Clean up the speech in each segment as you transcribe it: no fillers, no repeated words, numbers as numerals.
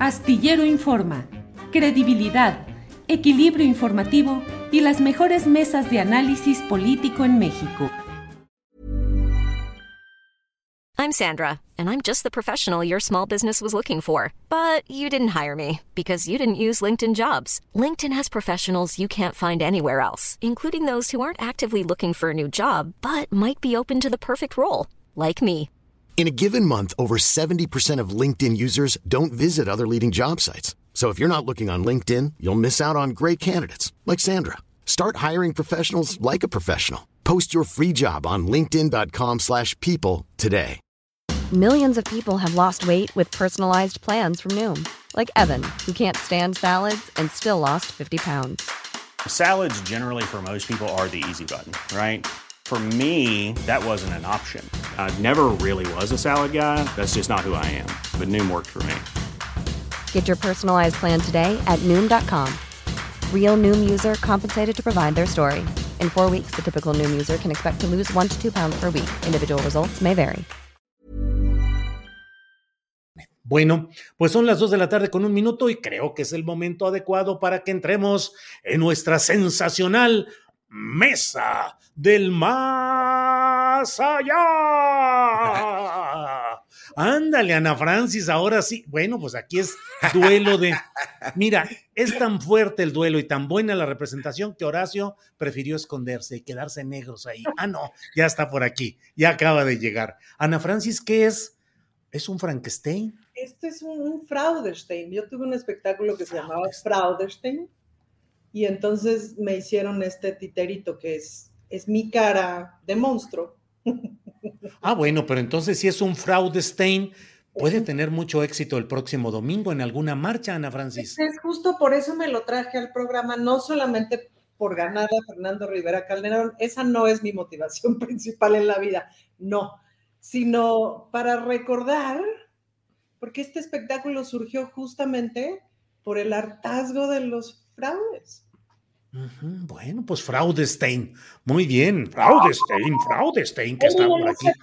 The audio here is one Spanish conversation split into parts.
Astillero Informa, credibilidad, equilibrio informativo y las mejores mesas de análisis político en México. I'm Sandra, and I'm just the professional your small business was looking for. But you didn't hire me because you didn't use LinkedIn Jobs. LinkedIn has professionals you can't find anywhere else, including those who aren't actively looking for a new job, but might be open to the perfect role, like me. In a given month, over 70% of LinkedIn users don't visit other leading job sites. So if you're not looking on LinkedIn, you'll miss out on great candidates like Sandra. Start hiring professionals like a professional. Post your free job on linkedin.com/people today. Millions of people have lost weight with personalized plans from Noom. Like Evan, who can't stand salads and still lost 50 pounds. Salads generally for most people are the easy button, right? For me, that wasn't an option. I never really was a salad guy. That's just not who I am. But Noom worked for me. Get your personalized plan today at Noom.com. Real Noom user compensated to provide their story. In 4 weeks, the typical Noom user can expect to lose 1 to 2 pounds per week. Individual results may vary. Bueno, pues son las 2 de la tarde con 1 minuto y creo que es el momento adecuado para que entremos en nuestra sensacional Mesa del Más Allá. Ándale, Ana Francis, ahora sí. Bueno, pues aquí es duelo de... Mira, es tan fuerte el duelo y tan buena la representación que Horacio prefirió esconderse y quedarse negros ahí. Ah, no, ya está por aquí, ya acaba de llegar. Ana Francis, ¿qué es? ¿Es un Frankenstein? Esto es un Fraudenstein. Yo tuve un espectáculo que se llamaba Fraudenstein y entonces me hicieron este titerito que es mi cara de monstruo. Ah, bueno, pero entonces si es un Fraudenstein, puede tener mucho éxito el próximo domingo en alguna marcha, Ana Francis. Es justo por eso me lo traje al programa, no solamente por ganar a Fernando Rivera Calderón, esa no es mi motivación principal en la vida, no, sino para recordar, porque este espectáculo surgió justamente por el hartazgo de los fraudes. Bueno, pues Fraudenstein. Muy bien. Fraudenstein, que está por aquí.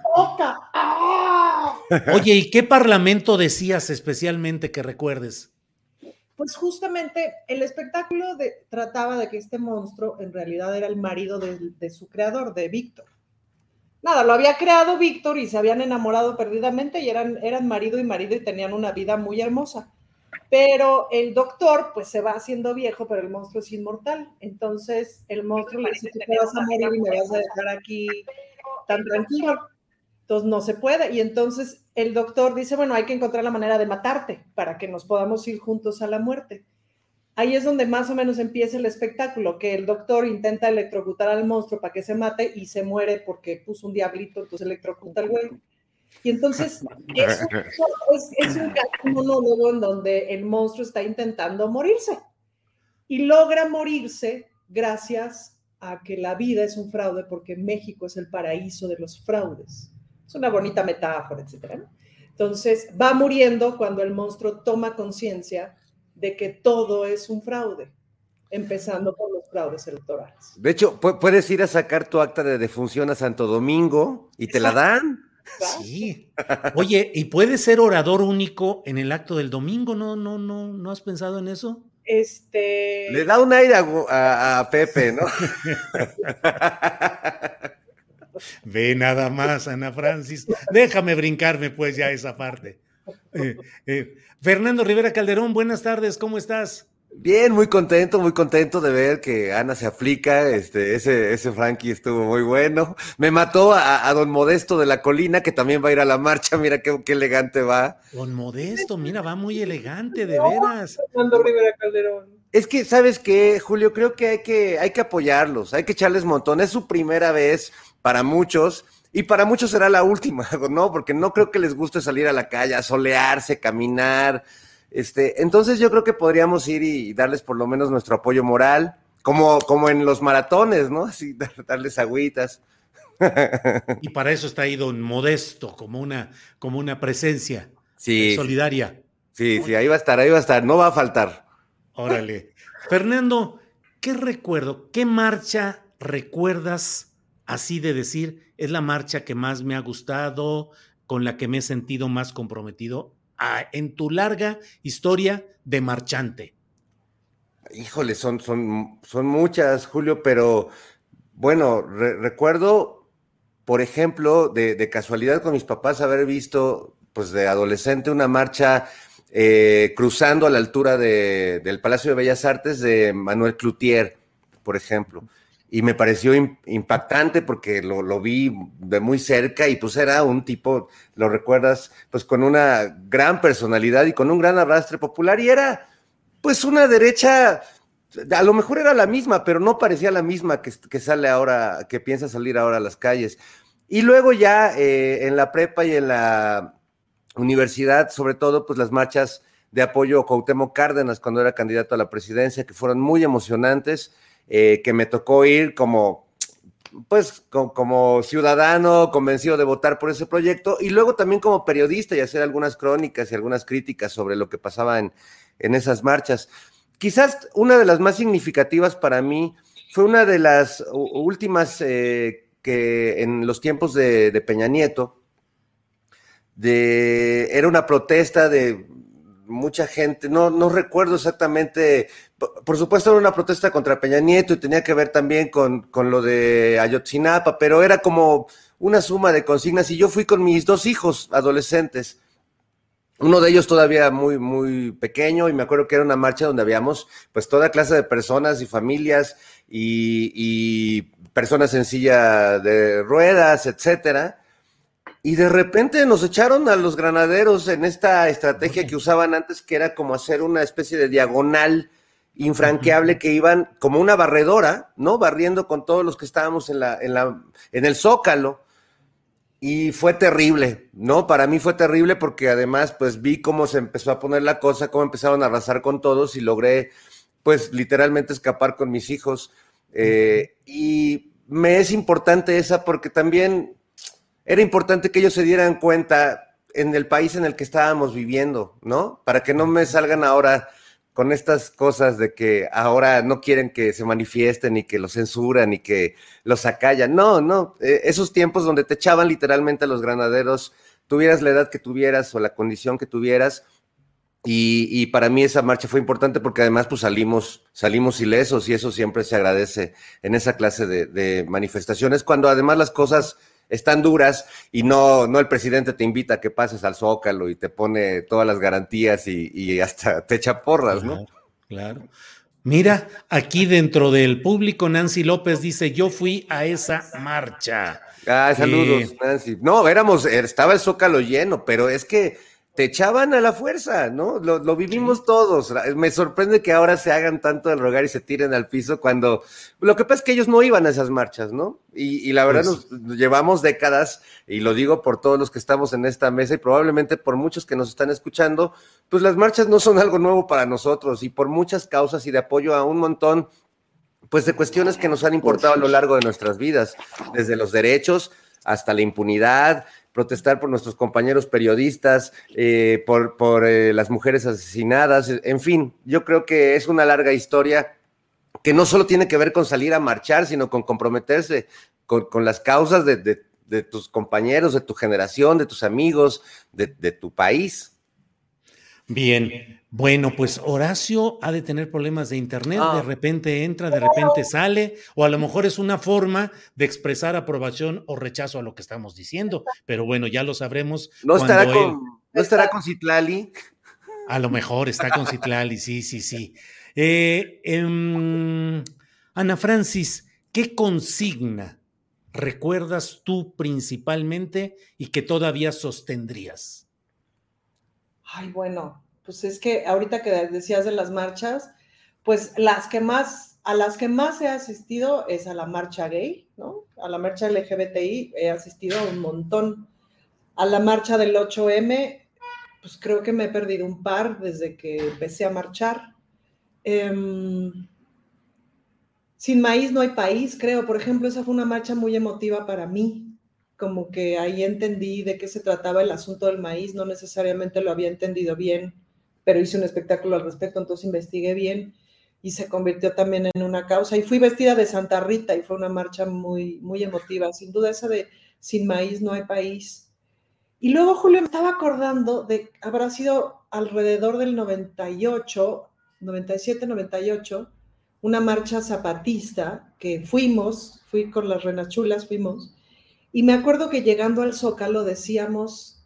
Oye, ¿y qué parlamento decías especialmente que recuerdes? Pues justamente el espectáculo trataba de que este monstruo en realidad era el marido de su creador, de Víctor. Nada, lo había creado Víctor y se habían enamorado perdidamente y eran marido y tenían una vida muy hermosa. Pero el doctor, pues se va haciendo viejo, pero el monstruo es inmortal. Entonces, el monstruo le dice, tú te vas a morir y me vas a dejar aquí tan tranquilo. Entonces, no se puede. Y entonces, el doctor dice, bueno, hay que encontrar la manera de matarte para que nos podamos ir juntos a la muerte. Ahí es donde más o menos empieza el espectáculo, que el doctor intenta electrocutar al monstruo para que se mate y se muere porque puso un diablito, entonces electrocuta al güey. Y entonces es un monólogo en donde el monstruo está intentando morirse y logra morirse gracias a que la vida es un fraude porque México es el paraíso de los fraudes. Es una bonita metáfora, etcétera, ¿no? Entonces va muriendo cuando el monstruo toma conciencia de que todo es un fraude, empezando por los fraudes electorales. De hecho, puedes ir a sacar tu acta de defunción a Santo Domingo y te la dan. Sí. Oye, ¿y puede ser orador único en el acto del domingo? ¿No has pensado en eso? Le da un aire a Pepe, ¿no? Ve nada más, Ana Francis. Déjame brincarme pues ya esa parte. Fernando Rivera Calderón, buenas tardes, ¿cómo estás? Bien, muy contento de ver que Ana se aplica, ese Frankie estuvo muy bueno. Me mató a don Modesto de la Colina, que también va a ir a la marcha, mira qué elegante va. Don Modesto, mira, va muy elegante, de veras. Fernando Rivera Calderón. Es que, ¿sabes qué, Julio? Creo que hay que apoyarlos, hay que echarles montón, es su primera vez para muchos, y para muchos será la última, ¿no? Porque no creo que les guste salir a la calle, a solearse, caminar. Entonces yo creo que podríamos ir y darles por lo menos nuestro apoyo moral, como en los maratones, ¿no? Así, darles agüitas. Y para eso está ahí don Modesto, como una presencia solidaria. Sí, ahí va a estar, no va a faltar. Órale. Fernando, ¿qué marcha recuerdas así de decir, es la marcha que más me ha gustado, con la que me he sentido más comprometido? en tu larga historia de marchante? Híjole, son muchas, Julio, pero bueno, recuerdo, por ejemplo, de casualidad con mis papás haber visto, pues de adolescente, una marcha cruzando a la altura del Palacio de Bellas Artes de Manuel Cloutier, por ejemplo. Y me pareció impactante porque lo vi de muy cerca y pues era un tipo, lo recuerdas, pues con una gran personalidad y con un gran arrastre popular y era pues una derecha, a lo mejor era la misma, pero no parecía la misma que sale ahora, que piensa salir ahora a las calles. Y luego ya en la prepa y en la universidad, sobre todo, pues las marchas de apoyo a Cuauhtémoc Cárdenas cuando era candidato a la presidencia, que fueron muy emocionantes, que me tocó ir como ciudadano convencido de votar por ese proyecto, y luego también como periodista y hacer algunas crónicas y algunas críticas sobre lo que pasaba en esas marchas. Quizás una de las más significativas para mí fue una de las últimas que en los tiempos de Peña Nieto, era una protesta de mucha gente, no recuerdo exactamente, por supuesto era una protesta contra Peña Nieto y tenía que ver también con lo de Ayotzinapa, pero era como una suma de consignas y yo fui con mis 2 hijos adolescentes, uno de ellos todavía muy, muy pequeño, y me acuerdo que era una marcha donde habíamos pues toda clase de personas y familias y personas en silla de ruedas, etcétera. Y de repente nos echaron a los granaderos en esta estrategia que usaban antes, que era como hacer una especie de diagonal infranqueable que iban como una barredora, ¿no? Barriendo con todos los que estábamos en el Zócalo. Y fue terrible, ¿no? Para mí fue terrible porque además pues vi cómo se empezó a poner la cosa, cómo empezaron a arrasar con todos y logré pues literalmente escapar con mis hijos. Y me es importante esa porque también era importante que ellos se dieran cuenta en el país en el que estábamos viviendo, ¿no? Para que no me salgan ahora con estas cosas de que ahora no quieren que se manifiesten y que los censuran y que los acallan. No, esos tiempos donde te echaban literalmente a los granaderos, tuvieras la edad que tuvieras o la condición que tuvieras, y para mí esa marcha fue importante porque además pues salimos ilesos y eso siempre se agradece en esa clase de manifestaciones, cuando además las cosas están duras y no el presidente te invita a que pases al Zócalo y te pone todas las garantías y hasta te echa porras, ¿no? Claro. Mira, aquí dentro del público, Nancy López dice, yo fui a esa marcha. Saludos, Nancy. No, estaba el Zócalo lleno, pero es que te echaban a la fuerza, ¿no? Lo vivimos todos. Me sorprende que ahora se hagan tanto del rogar y se tiren al piso cuando... Lo que pasa es que ellos no iban a esas marchas, ¿no? Y la verdad nos llevamos décadas, y lo digo por todos los que estamos en esta mesa y probablemente por muchos que nos están escuchando, pues las marchas no son algo nuevo para nosotros, y por muchas causas y de apoyo a un montón pues de cuestiones que nos han importado a lo largo de nuestras vidas, desde los derechos hasta la impunidad, protestar por nuestros compañeros periodistas, por las mujeres asesinadas, en fin, yo creo que es una larga historia que no solo tiene que ver con salir a marchar, sino con comprometerse con las causas de tus compañeros, de tu generación, de tus amigos, de tu país. Bien, bueno, pues Horacio ha de tener problemas de internet, de repente entra, de repente sale, o a lo mejor es una forma de expresar aprobación o rechazo a lo que estamos diciendo, pero bueno, ya lo sabremos. ¿No estará con Citlali? A lo mejor está con Citlali, sí. Ana Francis, ¿qué consigna recuerdas tú principalmente y que todavía sostendrías? Ay, bueno, pues es que ahorita que decías de las marchas, pues a las que más he asistido es a la marcha gay, ¿no? A la marcha LGBTI he asistido un montón. A la marcha del 8M, pues creo que me he perdido un par desde que empecé a marchar. Sin maíz no hay país, creo. Por ejemplo, esa fue una marcha muy emotiva para mí. Como que ahí entendí de qué se trataba el asunto del maíz, no necesariamente lo había entendido bien, pero hice un espectáculo al respecto, entonces investigué bien y se convirtió también en una causa. Y fui vestida de Santa Rita y fue una marcha muy, muy emotiva. Sin duda esa de sin maíz no hay país. Y luego, Julio, me estaba acordando habrá sido alrededor del 98, 97, 98, una marcha zapatista que fui con las Renas Chulas, fuimos, y me acuerdo que llegando al Zócalo decíamos,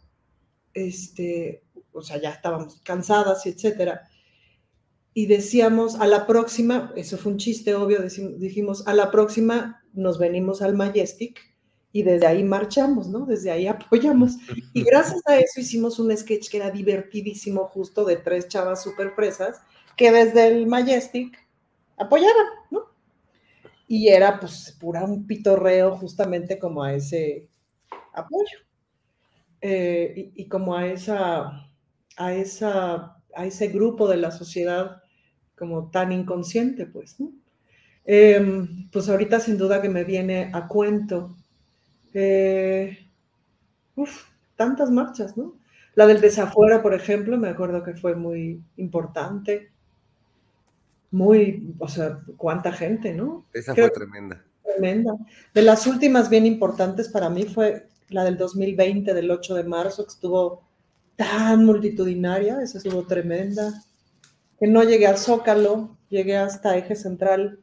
o sea, ya estábamos cansadas, etcétera, y decíamos, a la próxima, eso fue un chiste obvio, dijimos, a la próxima nos venimos al Majestic, y desde ahí marchamos, ¿no? Desde ahí apoyamos. Y gracias a eso hicimos un sketch que era divertidísimo, justo de 3 chavas súper fresas, que desde el Majestic apoyaban, ¿no? Y era pues un pitorreo justamente como a ese apoyo. Y como a ese grupo de la sociedad como tan inconsciente, pues, ¿no? Pues ahorita sin duda que me viene a cuento tantas marchas, ¿no? La del Desafuera, por ejemplo, me acuerdo que fue muy importante. O sea, cuánta gente, ¿no? Esa fue tremenda. Tremenda. De las últimas bien importantes para mí fue la del 2020, del 8 de marzo, que estuvo tan multitudinaria, esa estuvo tremenda. Que no llegué al Zócalo, llegué hasta Eje Central.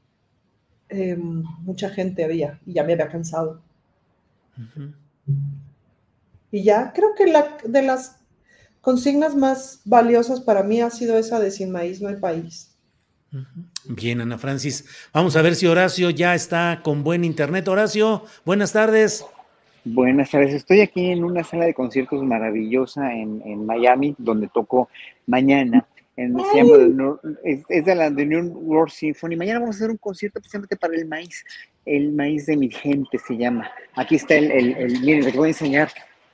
Mucha gente había, y ya me había cansado. Uh-huh. Y ya, creo que de las consignas más valiosas para mí ha sido esa de sin maíz no hay país. Bien, Ana Francis. Vamos a ver si Horacio ya está con buen internet. Horacio, buenas tardes. Buenas tardes. Estoy aquí en una sala de conciertos maravillosa en Miami, donde toco mañana. Se llama es de la New World Symphony. Mañana vamos a hacer un concierto precisamente para el maíz de mi gente se llama. Aquí está miren, les voy a enseñar.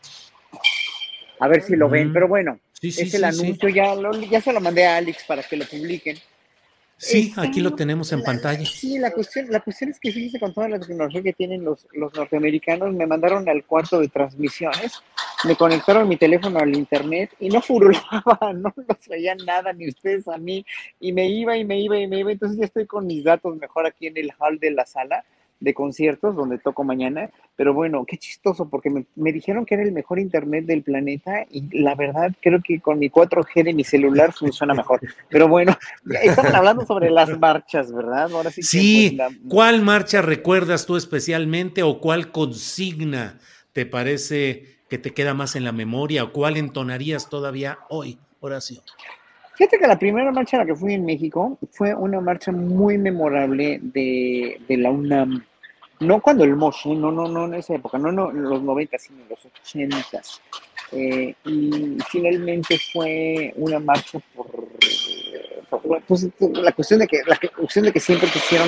A ver si lo ven, pero bueno, es el anuncio, ya se lo mandé a Alex para que lo publiquen. Sí, aquí lo tenemos en pantalla. Sí, la cuestión es que fíjense, con toda la tecnología que tienen los norteamericanos, me mandaron al cuarto de transmisiones, me conectaron mi teléfono al internet y no furulaba, no los traía nada, ni ustedes a mí, y me iba, entonces ya estoy con mis datos mejor aquí en el hall de la sala de conciertos donde toco mañana, pero bueno, qué chistoso, porque me dijeron que era el mejor internet del planeta y la verdad creo que con mi 4G de mi celular funciona mejor, pero bueno, estaban hablando sobre las marchas, ¿verdad? Ahora sí. Sí, pues, ¿cuál marcha recuerdas tú especialmente o cuál consigna te parece que te queda más en la memoria o cuál entonarías todavía hoy, Horacio? Fíjate que la primera marcha a la que fui en México fue una marcha muy memorable de la UNAM. No cuando el Mosh, no en esa época, no en los 90, sino en los 80. Y finalmente fue una marcha pues, la cuestión de que siempre quisieron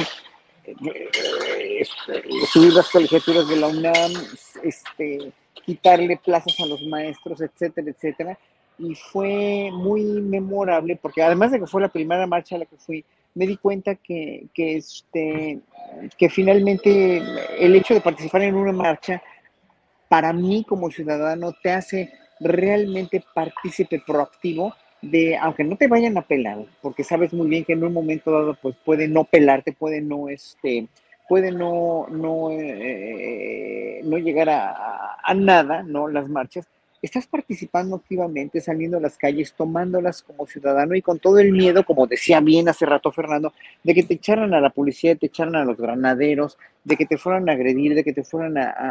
subir las colegiaturas de la UNAM, quitarle plazas a los maestros, etcétera, etcétera. Y fue muy memorable porque además de que fue la primera marcha a la que fui, me di cuenta que finalmente el hecho de participar en una marcha para mí como ciudadano te hace realmente partícipe proactivo de, aunque no te vayan a pelar, porque sabes muy bien que en un momento dado pues puede no pelarte, puede no llegar a nada, ¿no? Las marchas. Estás participando activamente, saliendo a las calles, tomándolas como ciudadano y con todo el miedo, como decía bien hace rato Fernando, de que te echaran a la policía, te echaran a los granaderos, de que te fueran a agredir, de que te fueran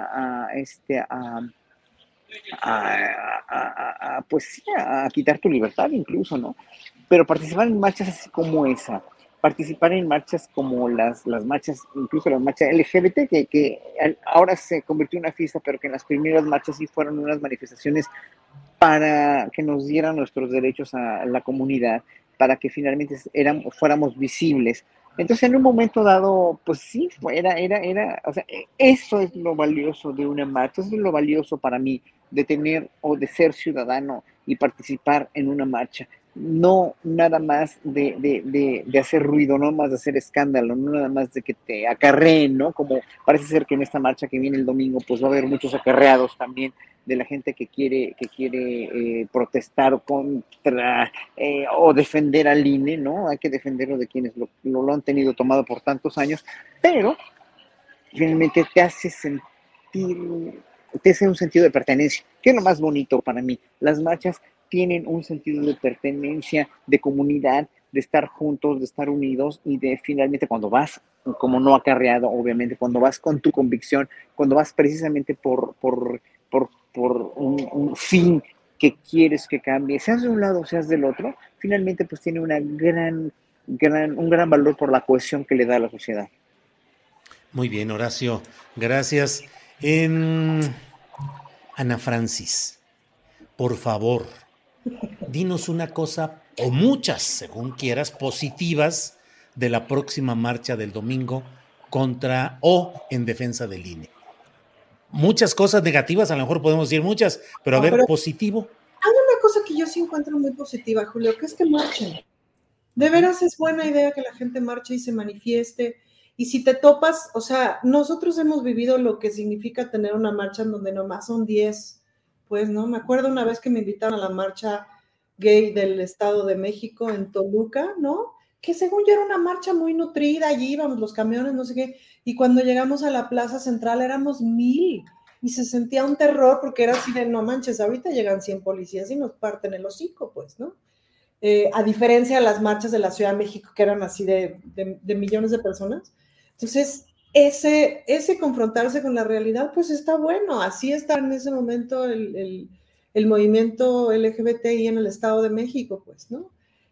a quitar tu libertad incluso, ¿no? Pero participar en marchas así como esa, participar en marchas como las marchas, incluso las marchas LGBT, que ahora se convirtió en una fiesta, pero que en las primeras marchas sí fueron unas manifestaciones para que nos dieran nuestros derechos a la comunidad, para que finalmente fuéramos visibles. Entonces, en un momento dado, pues sí, o sea, eso es lo valioso de una marcha, eso es lo valioso para mí de tener o de ser ciudadano y participar en una marcha. No nada más de hacer ruido, no más de hacer escándalo, no nada más de que te acarreen, ¿no? Como parece ser que en esta marcha que viene el domingo, pues va a haber muchos acarreados también de la gente que quiere protestar contra o defender al INE, ¿no? Hay que defenderlo de quienes lo han tenido tomado por tantos años, pero finalmente te hace sentir te hace un sentido de pertenencia, que es lo más bonito para mí. Las marchas tienen un sentido de pertenencia, de comunidad, de estar juntos, de estar unidos y de finalmente cuando vas, como no acarreado, obviamente, cuando vas con tu convicción, cuando vas precisamente por un fin que quieres que cambie, seas de un lado o seas del otro, finalmente pues tiene un gran valor por la cohesión que le da a la sociedad. Muy bien, Horacio, gracias. Ana Francis, por favor, dinos una cosa, o muchas, según quieras, positivas de la próxima marcha del domingo contra o en defensa del INE. Muchas cosas negativas, a lo mejor podemos decir muchas, pero positivo. Hay una cosa que yo sí encuentro muy positiva, Julio, que es que marchen. De veras es buena idea que la gente marche y se manifieste. Y si te topas, o sea, nosotros hemos vivido lo que significa tener una marcha en donde nomás son 10, pues, ¿no? Me acuerdo una vez que me invitaron a la marcha gay del Estado de México en Toluca, ¿no? Que según yo era una marcha muy nutrida, allí íbamos los camiones, no sé qué, y cuando llegamos a la plaza central éramos 1000, y se sentía un terror porque era así de, no manches, ahorita llegan 100 policías y nos parten el hocico, pues, ¿no? A diferencia de las marchas de la Ciudad de México, que eran así de millones de personas. Entonces, ese confrontarse con la realidad, pues está bueno. Así está en ese momento el movimiento LGBTI en el Estado de México, pues, ¿no?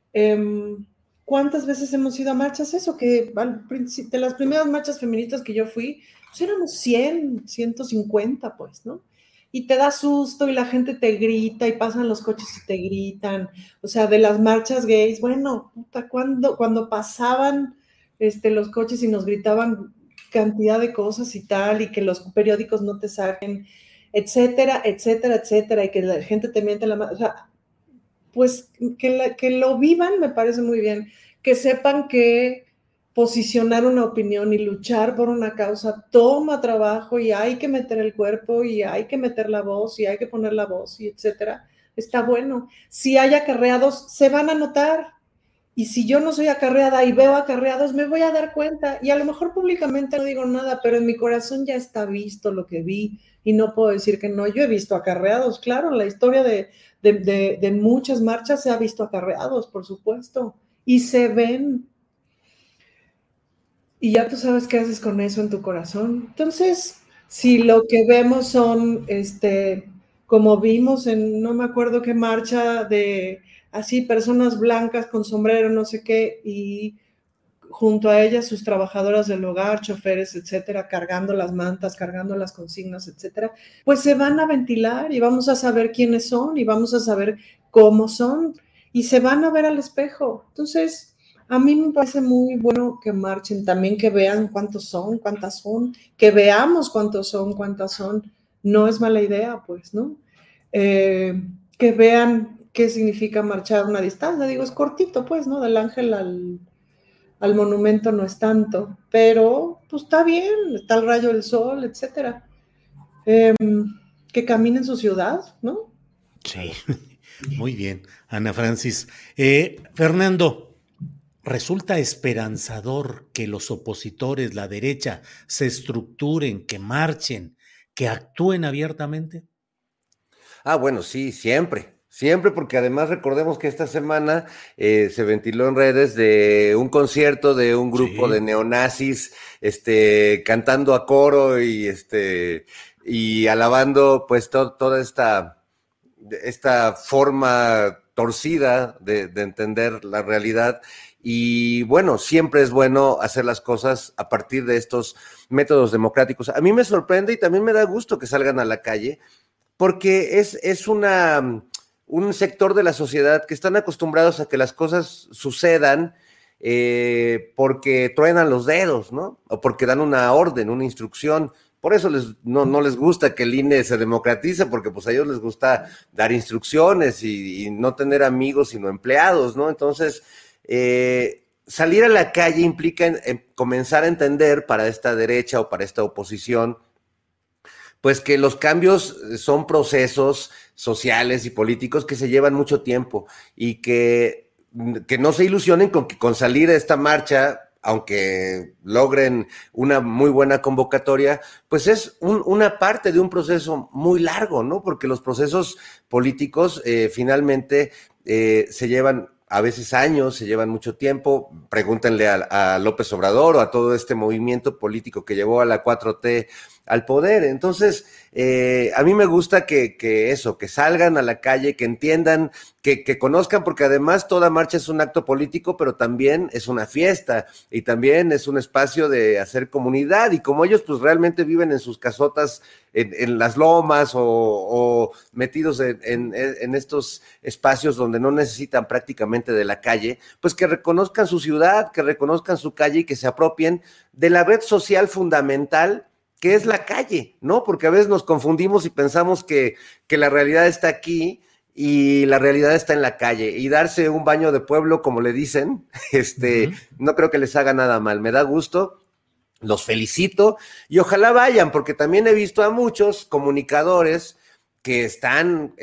¿Cuántas veces hemos ido a marchas? Eso, que de las primeras marchas feministas que yo fui, pues éramos 100, 150, pues, ¿no? Y te da susto y la gente te grita y pasan los coches y te gritan. O sea, de las marchas gays, bueno, puta, cuando pasaban los coches y nos gritaban cantidad de cosas y tal, y que los periódicos no te saquen, etcétera, etcétera, etcétera, y que la gente te miente la mano. O sea, pues que lo vivan me parece muy bien, que sepan que posicionar una opinión y luchar por una causa toma trabajo y hay que meter el cuerpo y hay que meter la voz y hay que poner la voz y etcétera. Está bueno. Si hay acarreados, se van a notar. Y si yo no soy acarreada y veo acarreados, me voy a dar cuenta. Y a lo mejor públicamente no digo nada, pero en mi corazón ya está visto lo que vi y no puedo decir que no. Yo he visto acarreados, claro, en la historia de muchas marchas se ha visto acarreados, por supuesto, y se ven. Y ya tú sabes qué haces con eso en tu corazón. Entonces, si lo que vemos son, como vimos en, no me acuerdo qué marcha, de así personas blancas con sombrero, no sé qué, y junto a ellas sus trabajadoras del hogar, choferes, etcétera, cargando las mantas, cargando las consignas, etcétera, pues se van a ventilar y vamos a saber quiénes son y vamos a saber cómo son y se van a ver al espejo. Entonces, a mí me parece muy bueno que marchen, también que vean cuántos son, cuántas son, que veamos cuántos son, cuántas son. No es mala idea, pues, ¿no? Que vean qué significa marchar una distancia. Digo, es cortito, pues, ¿no? Del Ángel al monumento no es tanto, pero pues está bien, está el rayo del sol, etcétera. Que caminen su ciudad, ¿no? Sí, muy bien, Ana Francis. Fernando, ¿resulta esperanzador que los opositores, la derecha, se estructuren, que marchen, que actúen abiertamente? Bueno, sí, siempre, porque además recordemos que esta semana se ventiló en redes de un concierto de un grupo de neonazis, cantando a coro y alabando pues toda esta forma torcida de entender la realidad. Y bueno, siempre es bueno hacer las cosas a partir de estos métodos democráticos. A mí me sorprende y también me da gusto que salgan a la calle, porque es un sector de la sociedad que están acostumbrados a que las cosas sucedan porque truenan los dedos, ¿no? O porque dan una orden, una instrucción. Por eso no les gusta que el INE se democratice, porque pues a ellos les gusta dar instrucciones y no tener amigos sino empleados, ¿no? Entonces, salir a la calle implica comenzar a entender para esta derecha o para esta oposición, pues que los cambios son procesos sociales y políticos que se llevan mucho tiempo y que no se ilusionen con salir a esta marcha aunque logren una muy buena convocatoria, pues es una parte de un proceso muy largo, ¿no? Porque los procesos políticos finalmente se llevan a veces años, se llevan mucho tiempo. Pregúntenle a López Obrador o a todo este movimiento político que llevó a la 4T al poder. Entonces, a mí me gusta que salgan a la calle, que entiendan, que conozcan, porque además toda marcha es un acto político, pero también es una fiesta y también es un espacio de hacer comunidad, y como ellos pues realmente viven en sus casotas en las lomas o metidos en estos espacios donde no necesitan prácticamente de la calle, pues que reconozcan su ciudad, que reconozcan su calle y que se apropien de la red social fundamental que es la calle, ¿no? Porque a veces nos confundimos y pensamos que la realidad está aquí y la realidad está en la calle, y darse un baño de pueblo, como le dicen, no creo que les haga nada mal, me da gusto, los felicito, y ojalá vayan, porque también he visto a muchos comunicadores que están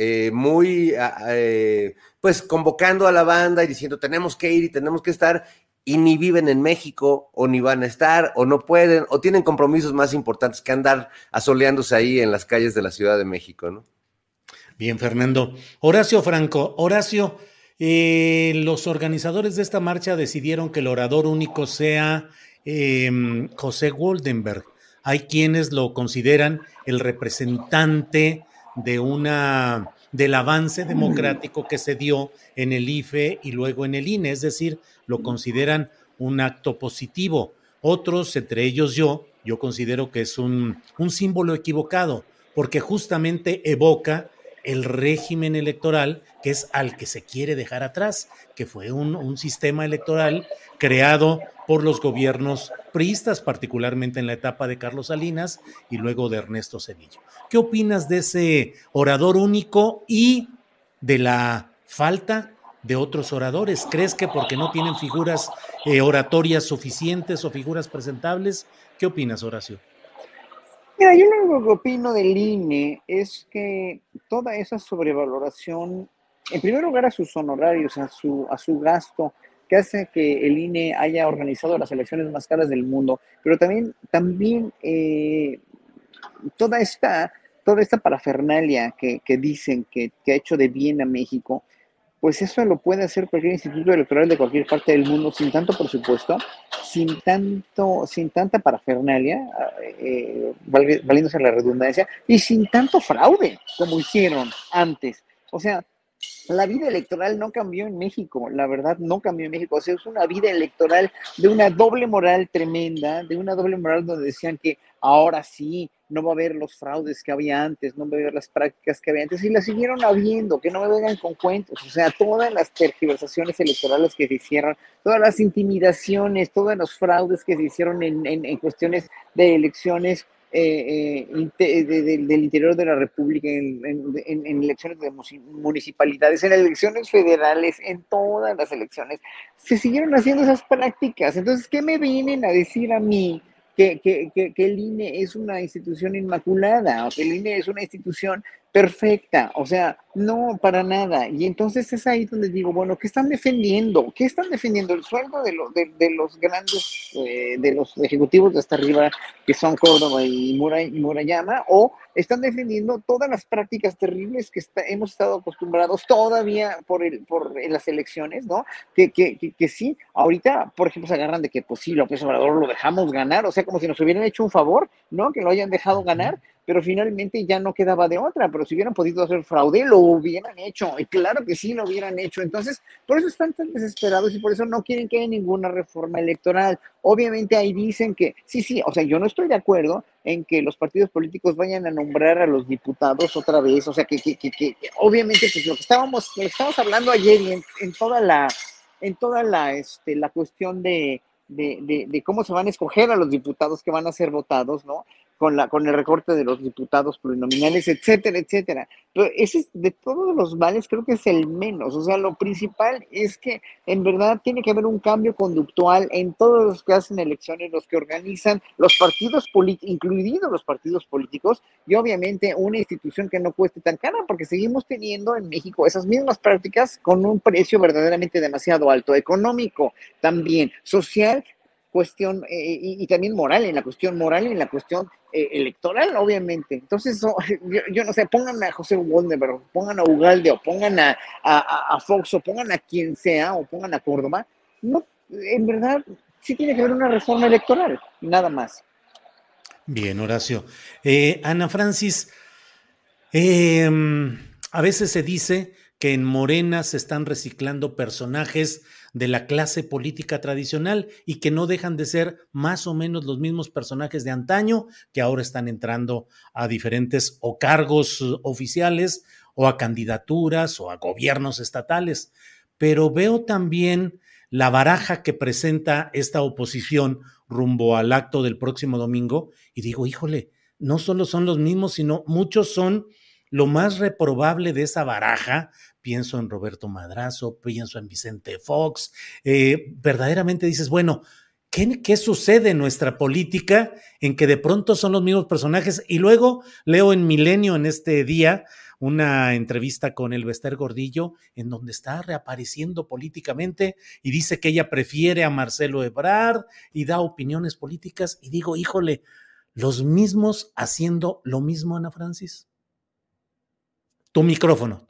pues convocando a la banda y diciendo tenemos que ir y tenemos que estar, y ni viven en México, o ni van a estar, o no pueden, o tienen compromisos más importantes que andar asoleándose ahí en las calles de la Ciudad de México, ¿no? Bien, Fernando. Horacio Franco. Horacio, los organizadores de esta marcha decidieron que el orador único sea José Goldenberg. Hay quienes lo consideran el representante del avance democrático que se dio en el IFE y luego en el INE, es decir, lo consideran un acto positivo. Otros, entre ellos yo considero que es un símbolo equivocado, porque justamente evoca el régimen electoral que es al que se quiere dejar atrás, que fue un sistema electoral creado por los gobiernos priistas, particularmente en la etapa de Carlos Salinas y luego de Ernesto Zedillo. ¿Qué opinas de ese orador único y de la falta de otros oradores? ¿Crees que porque no tienen figuras oratorias suficientes o figuras presentables? ¿Qué opinas, Horacio? Mira, yo lo único que opino del INE es que toda esa sobrevaloración, en primer lugar a sus honorarios, a su gasto, que hace que el INE haya organizado las elecciones más caras del mundo, pero también toda esta parafernalia que dicen que ha hecho de bien a México, pues eso lo puede hacer cualquier instituto electoral de cualquier parte del mundo sin tanto presupuesto, sin tanta parafernalia, valiéndose la redundancia, y sin tanto fraude como hicieron antes. O sea, la vida electoral no cambió en México, la verdad no cambió en México. O sea, es una vida electoral de una doble moral tremenda, de una doble moral donde decían que ahora sí no va a haber los fraudes que había antes, no va a haber las prácticas que había antes, y las siguieron habiendo, que no me vengan con cuentos. O sea, todas las tergiversaciones electorales que se hicieron, todas las intimidaciones, todos los fraudes que se hicieron en cuestiones de elecciones del interior de la República, en elecciones de municipalidades, en elecciones federales, en todas las elecciones, se siguieron haciendo esas prácticas. Entonces, ¿qué me vienen a decir a mí? Que el INE es una institución inmaculada, o que el INE es una institución perfecta, o sea, no, para nada. Y entonces es ahí donde digo, bueno, ¿qué están defendiendo? ¿Qué están defendiendo? ¿El sueldo de los grandes, de los ejecutivos de hasta arriba, que son Córdoba y Murayama? ¿O están defendiendo todas las prácticas terribles que hemos estado acostumbrados todavía por las elecciones, ¿no? Que sí, ahorita, por ejemplo, se agarran de que, pues sí, López Obrador lo dejamos ganar, o sea, como si nos hubieran hecho un favor, ¿no? Que lo hayan dejado ganar, pero finalmente ya no quedaba de otra. Pero si hubieran podido hacer fraude, lo hubieran hecho, y claro que sí lo hubieran hecho. Entonces, por eso están tan desesperados y por eso no quieren que haya ninguna reforma electoral. Obviamente ahí dicen que, sí, o sea, yo no estoy de acuerdo en que los partidos políticos vayan a nombrar a los diputados otra vez, o sea, que obviamente, pues lo que estábamos hablando ayer y en toda la cuestión de cómo se van a escoger a los diputados que van a ser votados, ¿no? Con el recorte de los diputados plurinominales, etcétera, etcétera. Pero ese es, de todos los males, creo que es el menos. O sea, lo principal es que en verdad tiene que haber un cambio conductual en todos los que hacen elecciones, los que organizan, los partidos políticos, incluidos los partidos políticos, y obviamente una institución que no cueste tan cara, porque seguimos teniendo en México esas mismas prácticas con un precio verdaderamente demasiado alto, económico también, social, cuestión y también moral, en la cuestión moral y en la cuestión electoral, obviamente. Entonces, yo no sé, pongan a José Wonderberg, pongan a Ugalde, o pongan a Fox, o pongan a quien sea, o pongan a Córdoba. No, en verdad, sí tiene que haber una reforma electoral, nada más. Bien, Horacio. Ana Francis, a veces se dice que en Morena se están reciclando personajes de la clase política tradicional y que no dejan de ser más o menos los mismos personajes de antaño que ahora están entrando a diferentes o cargos oficiales o a candidaturas o a gobiernos estatales. Pero veo también la baraja que presenta esta oposición rumbo al acto del próximo domingo y digo, híjole, no solo son los mismos, sino muchos son lo más reprobable de esa baraja. Pienso en Roberto Madrazo, pienso en Vicente Fox, verdaderamente dices, bueno, ¿qué sucede en nuestra política en que de pronto son los mismos personajes? Y luego leo en Milenio en este día una entrevista con Elbester Gordillo en donde está reapareciendo políticamente y dice que ella prefiere a Marcelo Ebrard y da opiniones políticas y digo, híjole, los mismos haciendo lo mismo, Ana Francis. Tu micrófono.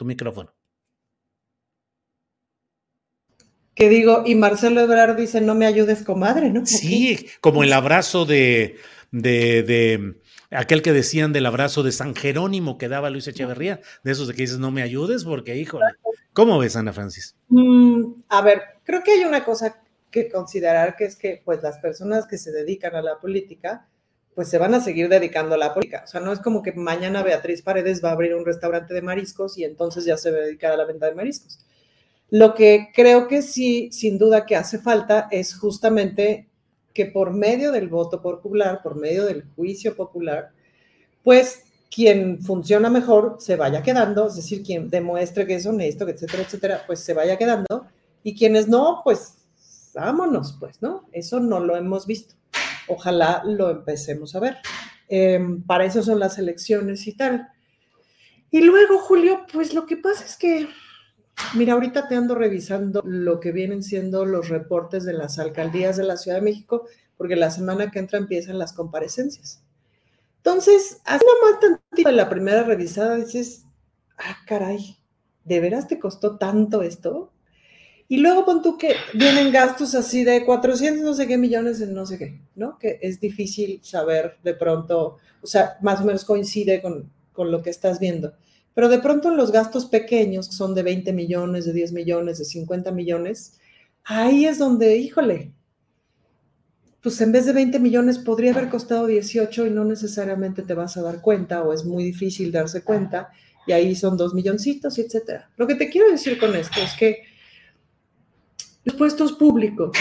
Que digo, y Marcelo Ebrard dice, no me ayudes, comadre, ¿no? Sí, okay. Como el abrazo de aquel que decían del abrazo de San Jerónimo que daba Luis Echeverría, de esos de que dices, no me ayudes, porque híjole. ¿Cómo ves, Ana Francis? A ver, creo que hay una cosa que considerar, que es que pues las personas que se dedican a la política, pues se van a seguir dedicando a la política. O sea, no es como que mañana Beatriz Paredes va a abrir un restaurante de mariscos y entonces ya se va a dedicar a la venta de mariscos. Lo que creo que sí, sin duda que hace falta es justamente que por medio del voto popular, por medio del juicio popular, pues quien funciona mejor se vaya quedando, es decir, quien demuestre que es honesto, etcétera, etcétera, pues se vaya quedando, y quienes no, pues vámonos, pues, ¿no? Eso no lo hemos visto. Ojalá lo empecemos a ver. Para eso son las elecciones y tal. Y luego, Julio, pues lo que pasa es que, mira, ahorita te ando revisando lo que vienen siendo los reportes de las alcaldías de la Ciudad de México, porque la semana que entra empiezan las comparecencias. Entonces, así nomás tantito de la primera revisada dices, caray, ¿de veras te costó tanto esto? Y luego pon tú que vienen gastos así de 400 no sé qué millones en no sé qué, ¿no? Que es difícil saber de pronto, o sea, más o menos coincide con lo que estás viendo. Pero de pronto en los gastos pequeños, que son de 20 millones, de 10 millones, de 50 millones, ahí es donde, híjole, pues en vez de 20 millones podría haber costado 18 y no necesariamente te vas a dar cuenta o es muy difícil darse cuenta y ahí son 2 milloncitos, etcétera. Lo que te quiero decir con esto es que los puestos públicos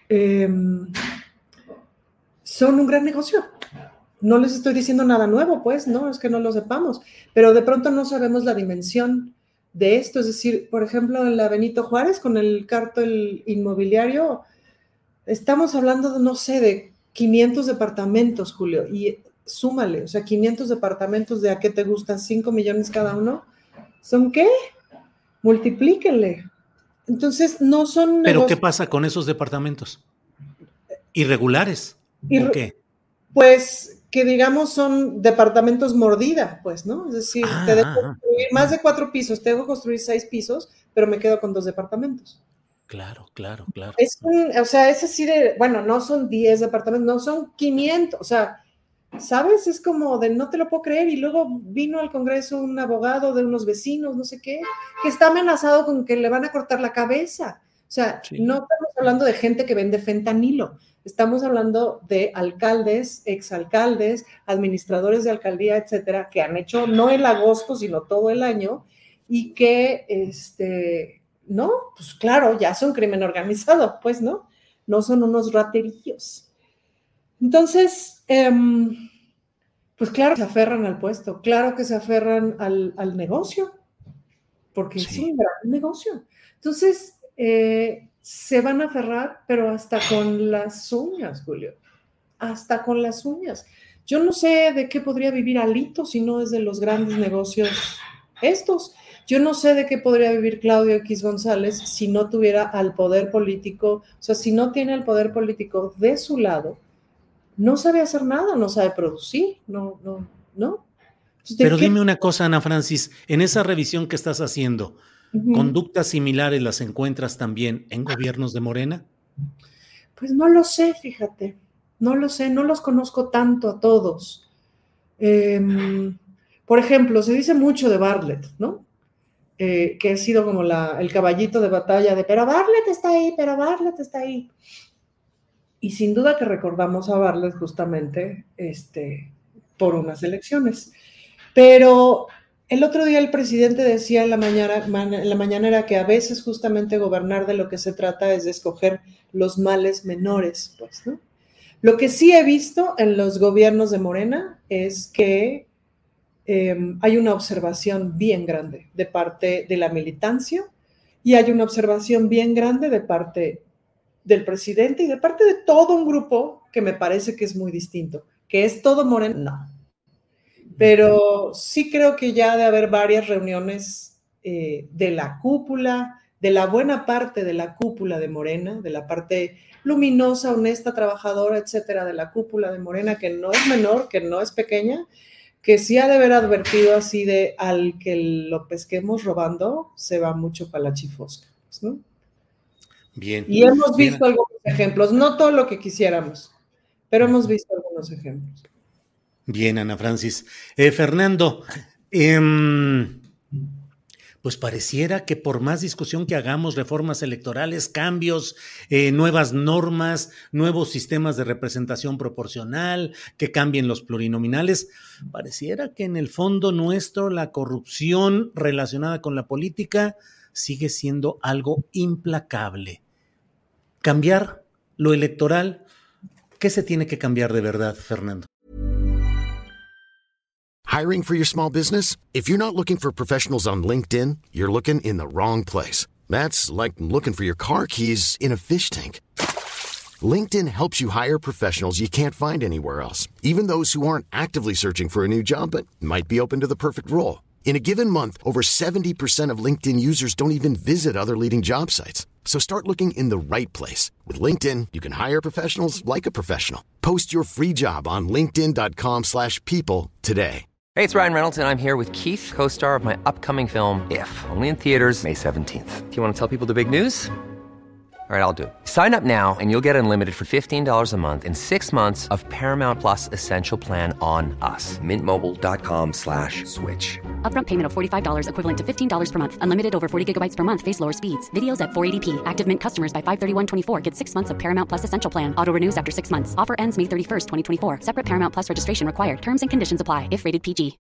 son un gran negocio. No les estoy diciendo nada nuevo, pues, no, es que no lo sepamos, pero de pronto no sabemos la dimensión de esto. Es decir, por ejemplo, en la Benito Juárez, con el cártel inmobiliario, estamos hablando de, no sé, de 500 departamentos, Julio, y súmale, o sea, 500 departamentos de a qué te gustan, 5 millones cada uno, ¿son qué? Multiplíquenle. Entonces, no son ¿Pero negocios. qué pasa con esos departamentos? ¿Irregulares? ¿O qué? Pues que digamos son departamentos mordida, pues, ¿no? Es decir, te dejo construir más de 4 pisos, te dejo construir 6 pisos, pero me quedo con 2 departamentos. Claro. O sea, es así de, bueno, no son 10 departamentos, no son 500, o sea, ¿sabes? Es como de no te lo puedo creer. Y luego vino al Congreso un abogado de unos vecinos, no sé qué, que está amenazado con que le van a cortar la cabeza. O sea, sí. No estamos hablando de gente que vende fentanilo, estamos hablando de alcaldes, exalcaldes, administradores de alcaldía, etcétera, que han hecho no el agosto, sino todo el año, y que, no, pues claro, ya son crimen organizado, pues, ¿no? No son unos raterillos. Entonces, pues claro que se aferran al puesto, claro que se aferran al negocio, porque sí. Es un gran negocio. Entonces, se van a aferrar, pero hasta con las uñas, Julio, hasta con las uñas. Yo no sé de qué podría vivir Alito si no es de los grandes negocios estos, Yo no sé de qué podría vivir Claudio X González si no tuviera al poder político, o sea, si no tiene el poder político de su lado, no sabe hacer nada, no sabe producir, no. Pero dime una cosa, Ana Francis, en esa revisión que estás haciendo, ¿conductas similares las encuentras también en gobiernos de Morena? Pues no lo sé, fíjate, no lo sé, no los conozco tanto a todos. Por ejemplo, se dice mucho de Bartlett, ¿no? Que ha sido como el caballito de batalla de, pero Bartlett está ahí. Y sin duda que recordamos a Bartlett justamente por unas elecciones. Pero el otro día el presidente decía en la mañanera que a veces justamente gobernar de lo que se trata es de escoger los males menores, pues, ¿no? Lo que sí he visto en los gobiernos de Morena es que hay una observación bien grande de parte de la militancia y hay una observación bien grande de parte del presidente y de parte de todo un grupo que me parece que es muy distinto, que es todo Morena, no. Pero sí creo que ya de haber varias reuniones de la cúpula, de la buena parte de la cúpula de Morena, de la parte luminosa, honesta, trabajadora, etcétera, de la cúpula de Morena, que no es menor, que no es pequeña, que sí ha de haber advertido así de al que lo pesquemos robando, se va mucho para la chifosca, ¿no? Bien. Y hemos visto algunos ejemplos, no todo lo que quisiéramos, pero hemos visto algunos ejemplos. Bien, Ana Francis. Fernando, pues pareciera que por más discusión que hagamos, reformas electorales, cambios, nuevas normas, nuevos sistemas de representación proporcional, que cambien los plurinominales, pareciera que en el fondo nuestro la corrupción relacionada con la política sigue siendo algo implacable. Cambiar lo electoral, ¿qué se tiene que cambiar de verdad, Fernando? Hiring for your small business? If you're not looking for professionals on LinkedIn, you're looking in the wrong place. That's like looking for your car keys in a fish tank. LinkedIn helps you hire professionals you can't find anywhere else, even those who aren't actively searching for a new job but might be open to the perfect role. In a given month, over 70% of LinkedIn users don't even visit other leading job sites. So start looking in the right place. With LinkedIn, you can hire professionals like a professional. Post your free job on linkedin.com/people today. Hey, it's Ryan Reynolds, and I'm here with Keith, co-star of my upcoming film, If, only in theaters May 17th. Do you want to tell people the big news? All right, I'll do it. Sign up now and you'll get unlimited for $15 a month and 6 months of Paramount Plus Essential Plan on us. MintMobile.com/switch. Upfront payment of $45 equivalent to $15 per month. Unlimited over 40 gigabytes per month. Face lower speeds. Videos at 480p. Active Mint customers by 531.24 get 6 months of Paramount Plus Essential Plan. Auto renews after 6 months. Offer ends May 31st, 2024. Separate Paramount Plus registration required. Terms and conditions apply if rated PG.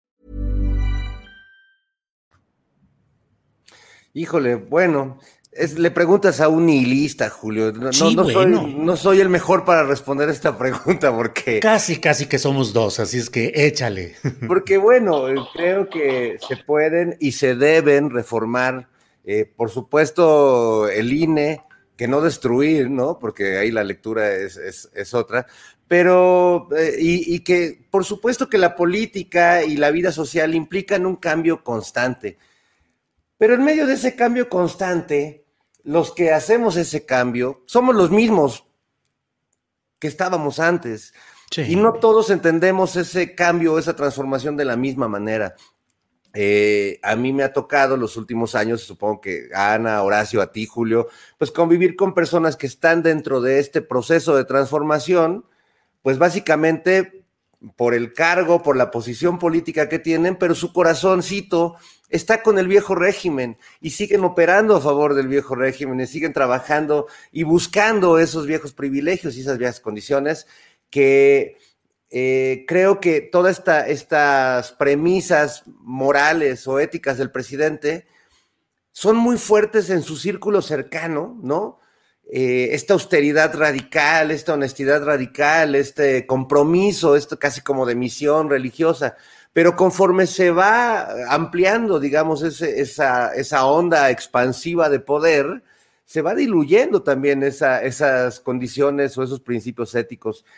Híjole, bueno... le preguntas a un nihilista, Julio. No soy el mejor para responder esta pregunta porque... Casi que somos dos, así es que échale. Porque bueno, creo que se pueden y se deben reformar, por supuesto, el INE, que no destruir, ¿no? Porque ahí la lectura es otra, pero y que por supuesto que la política y la vida social implican un cambio constante. Pero en medio de ese cambio constante... los que hacemos ese cambio somos los mismos que estábamos antes. Sí. Y no todos entendemos ese cambio, esa transformación de la misma manera. A mí me ha tocado los últimos años, supongo que a Ana, Horacio, a ti, Julio, pues convivir con personas que están dentro de este proceso de transformación, pues básicamente por el cargo, por la posición política que tienen, pero su corazoncito está con el viejo régimen y siguen operando a favor del viejo régimen y siguen trabajando y buscando esos viejos privilegios y esas viejas condiciones que creo que todas estas premisas morales o éticas del presidente son muy fuertes en su círculo cercano, ¿no? Esta austeridad radical, esta honestidad radical, este compromiso, esto casi como de misión religiosa. Pero conforme se va ampliando, digamos, esa onda expansiva de poder, se va diluyendo también esas condiciones o esos principios éticos.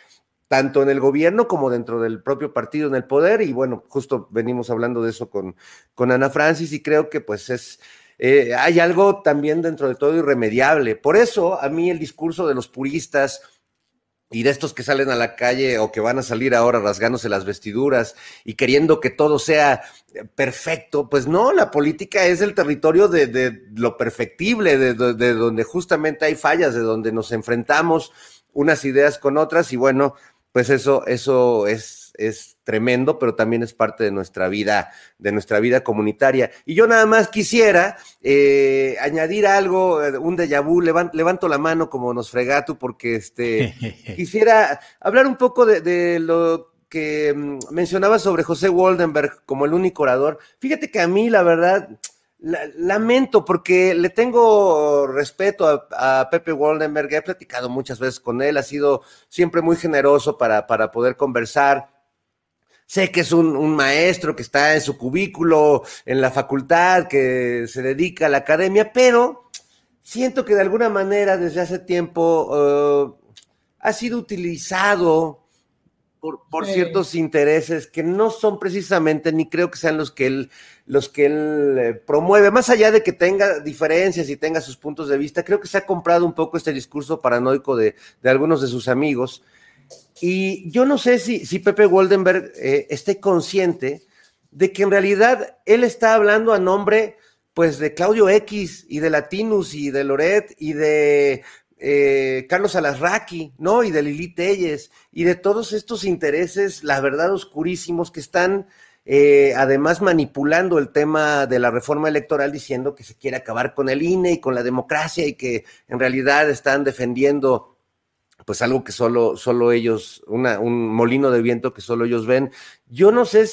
tanto en el gobierno como dentro del propio partido en el poder, y bueno, justo venimos hablando de eso con Ana Francis, y creo que pues hay algo también dentro de todo irremediable. Por eso a mí el discurso de los puristas y de estos que salen a la calle o que van a salir ahora rasgándose las vestiduras y queriendo que todo sea perfecto, pues no, la política es el territorio de lo perfectible, de donde justamente hay fallas, de donde nos enfrentamos unas ideas con otras, y bueno, pues eso es tremendo, pero también es parte de nuestra vida comunitaria. Y yo nada más quisiera añadir algo, un déjà vu, levanto la mano como Nosferatu, porque quisiera hablar un poco de lo que mencionaba sobre José Woldenberg como el único orador. Fíjate que a mí, la verdad, lamento, porque le tengo respeto a Pepe Woldenberg, he platicado muchas veces con él, ha sido siempre muy generoso para poder conversar. Sé que es un maestro que está en su cubículo, en la facultad, que se dedica a la academia, pero siento que de alguna manera desde hace tiempo ha sido utilizado por ciertos intereses que no son precisamente, ni creo que sean los que él promueve. Más allá de que tenga diferencias y tenga sus puntos de vista, creo que se ha comprado un poco este discurso paranoico de algunos de sus amigos. Y yo no sé si Pepe Woldenberg esté consciente de que en realidad él está hablando a nombre, pues, de Claudio X y de Latinus y de Loret y de Carlos Alarraqui, ¿no? Y de Lili Telles y de todos estos intereses, la verdad, oscurísimos, que están además manipulando el tema de la reforma electoral, diciendo que se quiere acabar con el INE y con la democracia, y que en realidad están defendiendo pues algo que solo ellos, un molino de viento que solo ellos ven. Yo no sé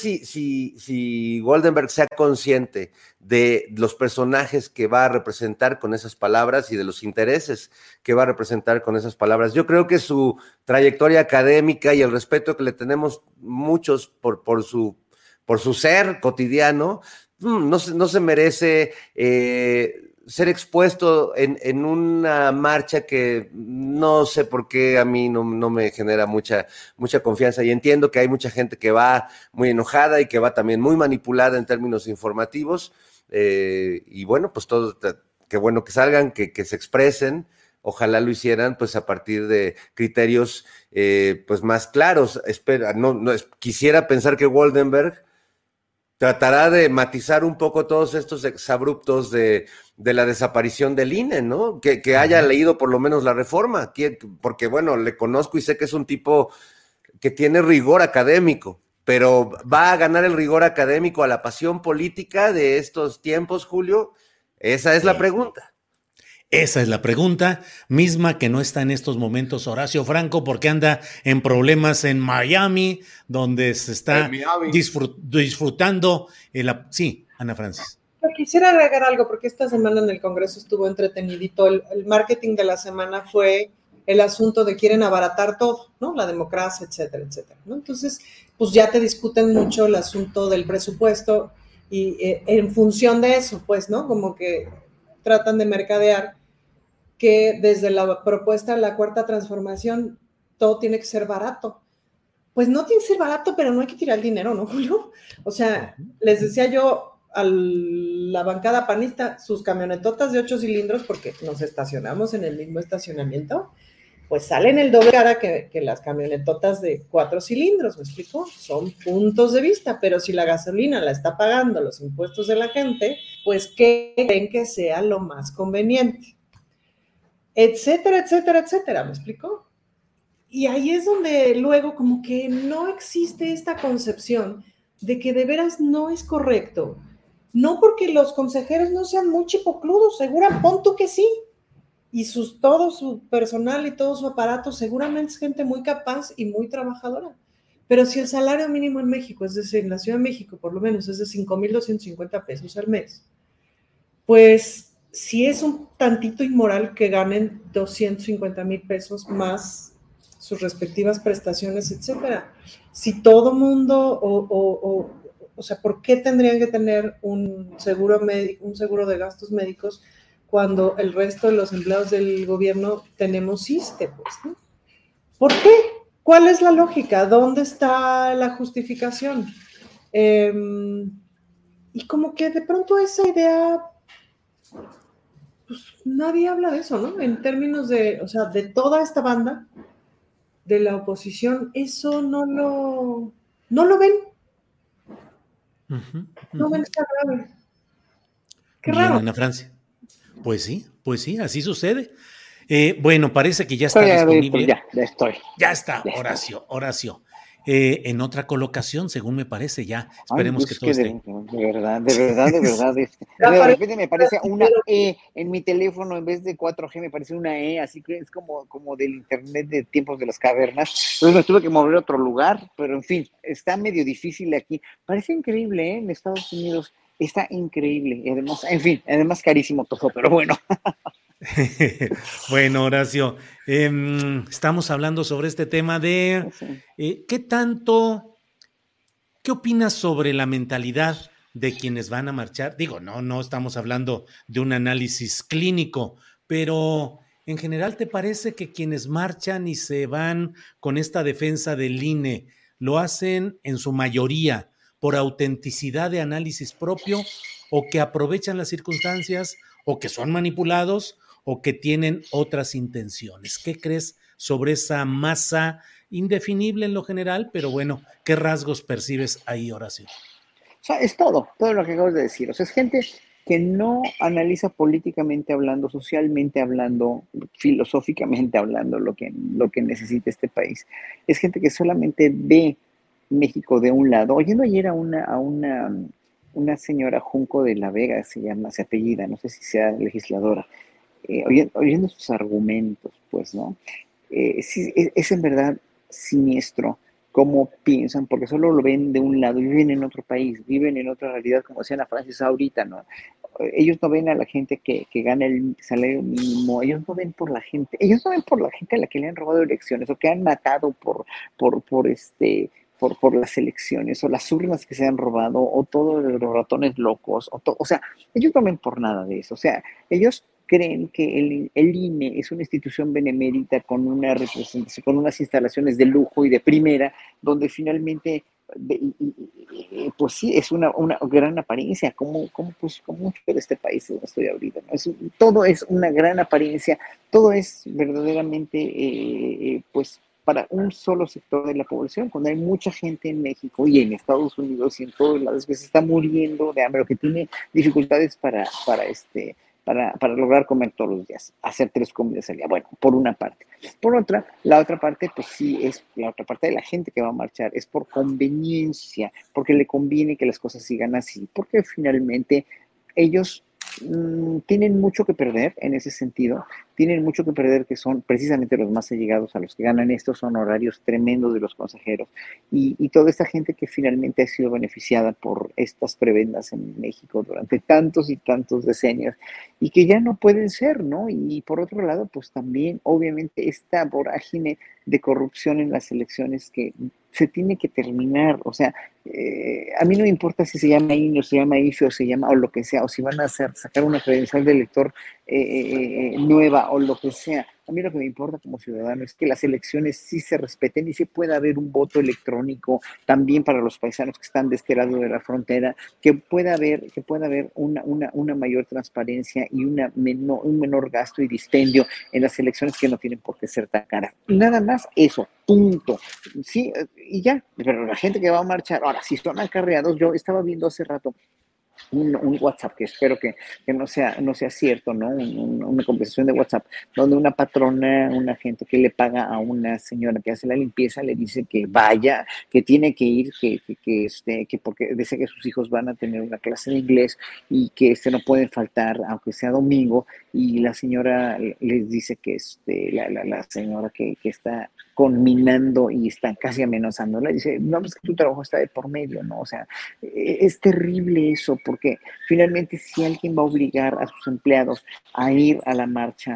si Woldenberg sea consciente de los personajes que va a representar con esas palabras y de los intereses que va a representar con esas palabras. Yo creo que su trayectoria académica y el respeto que le tenemos muchos por su ser cotidiano, no se merece ser expuesto en una marcha que no sé por qué a mí no me genera mucha confianza, y entiendo que hay mucha gente que va muy enojada y que va también muy manipulada en términos informativos, y bueno, pues todo, qué bueno que salgan, que se expresen. Ojalá lo hicieran pues a partir de criterios pues más claros. Quisiera pensar que Woldenberg tratará de matizar un poco todos estos exabruptos de la desaparición del INE, ¿no? Que haya leído por lo menos la reforma, porque bueno, le conozco y sé que es un tipo que tiene rigor académico, pero ¿va a ganar el rigor académico a la pasión política de estos tiempos, Julio? Esa es la pregunta. Esa es la pregunta, misma que no está en estos momentos Horacio Franco, porque anda en problemas en Miami, donde se está disfrutando. Sí, Ana Francis. Quisiera agregar algo, porque esta semana en el Congreso estuvo entretenidito. El marketing de la semana fue el asunto de quieren abaratar todo, ¿no? La democracia, etcétera, etcétera, ¿no? Entonces, pues ya te discuten mucho el asunto del presupuesto y en función de eso, pues, ¿no? Como que tratan de mercadear que desde la propuesta de la Cuarta Transformación todo tiene que ser barato. Pues no tiene que ser barato, pero no hay que tirar el dinero, ¿no, Julio? O sea, les decía yo a la bancada panista, sus camionetotas de 8 cilindros, porque nos estacionamos en el mismo estacionamiento, pues salen el doble cara que las camionetotas de 4 cilindros, ¿me explico? Son puntos de vista, pero si la gasolina la está pagando los impuestos de la gente, pues ¿qué creen que sea lo más conveniente? Etcétera, etcétera, etcétera, ¿me explico? Y ahí es donde luego como que no existe esta concepción de que de veras no es correcto. No porque los consejeros no sean muy chipocludos, pon tú que sí. Y todo su personal y todo su aparato seguramente es gente muy capaz y muy trabajadora. Pero si el salario mínimo en México, es decir, en la Ciudad de México por lo menos es de 5,250 pesos al mes, pues sí es un tantito inmoral que ganen 250,000 pesos más sus respectivas prestaciones, etcétera. Si todo mundo, o sea, ¿por qué tendrían que tener un seguro de gastos médicos cuando el resto de los empleados del gobierno tenemos ISSSTE, pues, ¿no? ¿Por qué? ¿Cuál es la lógica? ¿Dónde está la justificación? Y como que de pronto esa idea, pues nadie habla de eso, ¿no? En términos de, o sea, de toda esta banda de la oposición, eso no lo ven. No ven esta grave. Qué Bien, raro. Ana Francia. Pues sí, así sucede. Bueno, parece que ya está Estoy disponible. ya estoy. Ya está, Ya está. Horacio. En otra colocación, según me parece, ya. Esperemos Ay, que es todo esté. de verdad. De repente me parece una E en mi teléfono en vez de 4G, me parece una E, así que es como del internet de tiempos de las cavernas. Entonces me tuve que mover a otro lugar, pero en fin, está medio difícil aquí. Parece increíble, ¿eh? En Estados Unidos está increíble. Y además, en fin, además carísimo todo, pero bueno. Bueno, Horacio, estamos hablando sobre este tema de ¿qué opinas sobre la mentalidad de quienes van a marchar? Digo, no estamos hablando de un análisis clínico, pero en general, ¿te parece que quienes marchan y se van con esta defensa del INE lo hacen en su mayoría por autenticidad de análisis propio o que aprovechan las circunstancias o que son manipulados o que tienen otras intenciones? ¿Qué crees sobre esa masa indefinible en lo general, pero bueno, qué rasgos percibes ahí, Horacio? O sea, es todo lo que acabas de decir. O sea, es gente que no analiza políticamente hablando, socialmente hablando, filosóficamente hablando lo que necesita este país. Es gente que solamente ve México de un lado. Oyendo ayer a una señora Junco de la Vega, se apellida, no sé si sea legisladora, oyendo sus argumentos, pues, ¿no? Sí, es en verdad siniestro cómo piensan, porque solo lo ven de un lado, viven en otro país, viven en otra realidad, como decía Ana Francis ahorita, ¿no? Ellos no ven a la gente que gana el salario mínimo, ellos no ven por la gente, ellos no ven por la gente a la que le han robado elecciones o que han matado por las elecciones, o las urnas que se han robado, o todos los ratones locos, o sea, ellos no ven por nada de eso, o sea, ellos creen que el INE es una institución benemérita con una representación, con unas instalaciones de lujo y de primera, donde finalmente, pues sí, es una gran apariencia, como mucho de este país donde estoy ahorita, ¿no? Todo es una gran apariencia, todo es verdaderamente, pues, para un solo sector de la población, cuando hay mucha gente en México y en Estados Unidos y en todos lados que se está muriendo de hambre o que tiene dificultades para lograr comer todos los días, hacer 3 comidas al día. Bueno, por una parte. Por otra, la otra parte, pues sí, es la otra parte de la gente que va a marchar, es por conveniencia, porque le conviene que las cosas sigan así, porque finalmente ellos tienen mucho que perder en ese sentido, tienen mucho que perder, que son precisamente los más allegados a los que ganan estos honorarios tremendos de los consejeros y toda esta gente que finalmente ha sido beneficiada por estas prebendas en México durante tantos y tantos decenios y que ya no pueden ser, ¿no? Y por otro lado, pues también obviamente esta vorágine de corrupción en las elecciones que se tiene que terminar, o sea, a mí no me importa si se llama INE o se llama IFE o se llama o lo que sea, o si van a sacar una credencial de elector nueva o lo que sea. A mí lo que me importa como ciudadano es que las elecciones sí se respeten y sí pueda haber un voto electrónico también para los paisanos que están de este lado de la frontera, que pueda haber una mayor transparencia y un menor gasto y dispendio en las elecciones que no tienen por qué ser tan caras. Nada más eso, punto. Sí, y ya, pero la gente que va a marchar, ahora, si son acarreados, yo estaba viendo hace rato un WhatsApp, que espero que no sea cierto, ¿no? Una conversación de WhatsApp, donde una patrona, una gente que le paga a una señora que hace la limpieza, le dice que vaya, que tiene que ir, que porque dice que sus hijos van a tener una clase de inglés y que no pueden faltar, aunque sea domingo, y la señora les dice que la señora que está conminando y está casi amenazando, le dice, no, pues que tu trabajo está de por medio, ¿no? O sea, es terrible eso, porque finalmente si alguien va a obligar a sus empleados a ir a la marcha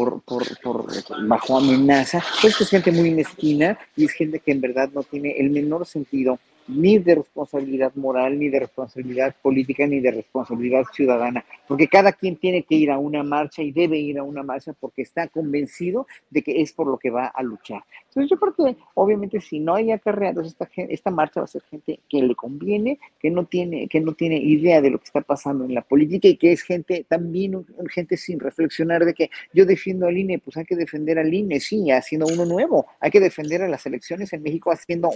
bajo amenaza, pues es gente muy mezquina y es gente que en verdad no tiene el menor sentido ni de responsabilidad moral, ni de responsabilidad política, ni de responsabilidad ciudadana, porque cada quien tiene que ir a una marcha y debe ir a una marcha porque está convencido de que es por lo que va a luchar. Entonces yo creo que obviamente si no hay acarreados, esta marcha va a ser gente que le conviene, que no tiene idea de lo que está pasando en la política y que es gente también, gente sin reflexionar de que yo defiendo al INE, pues hay que defender al INE, sí, haciendo uno nuevo, hay que defender a las elecciones en México haciendo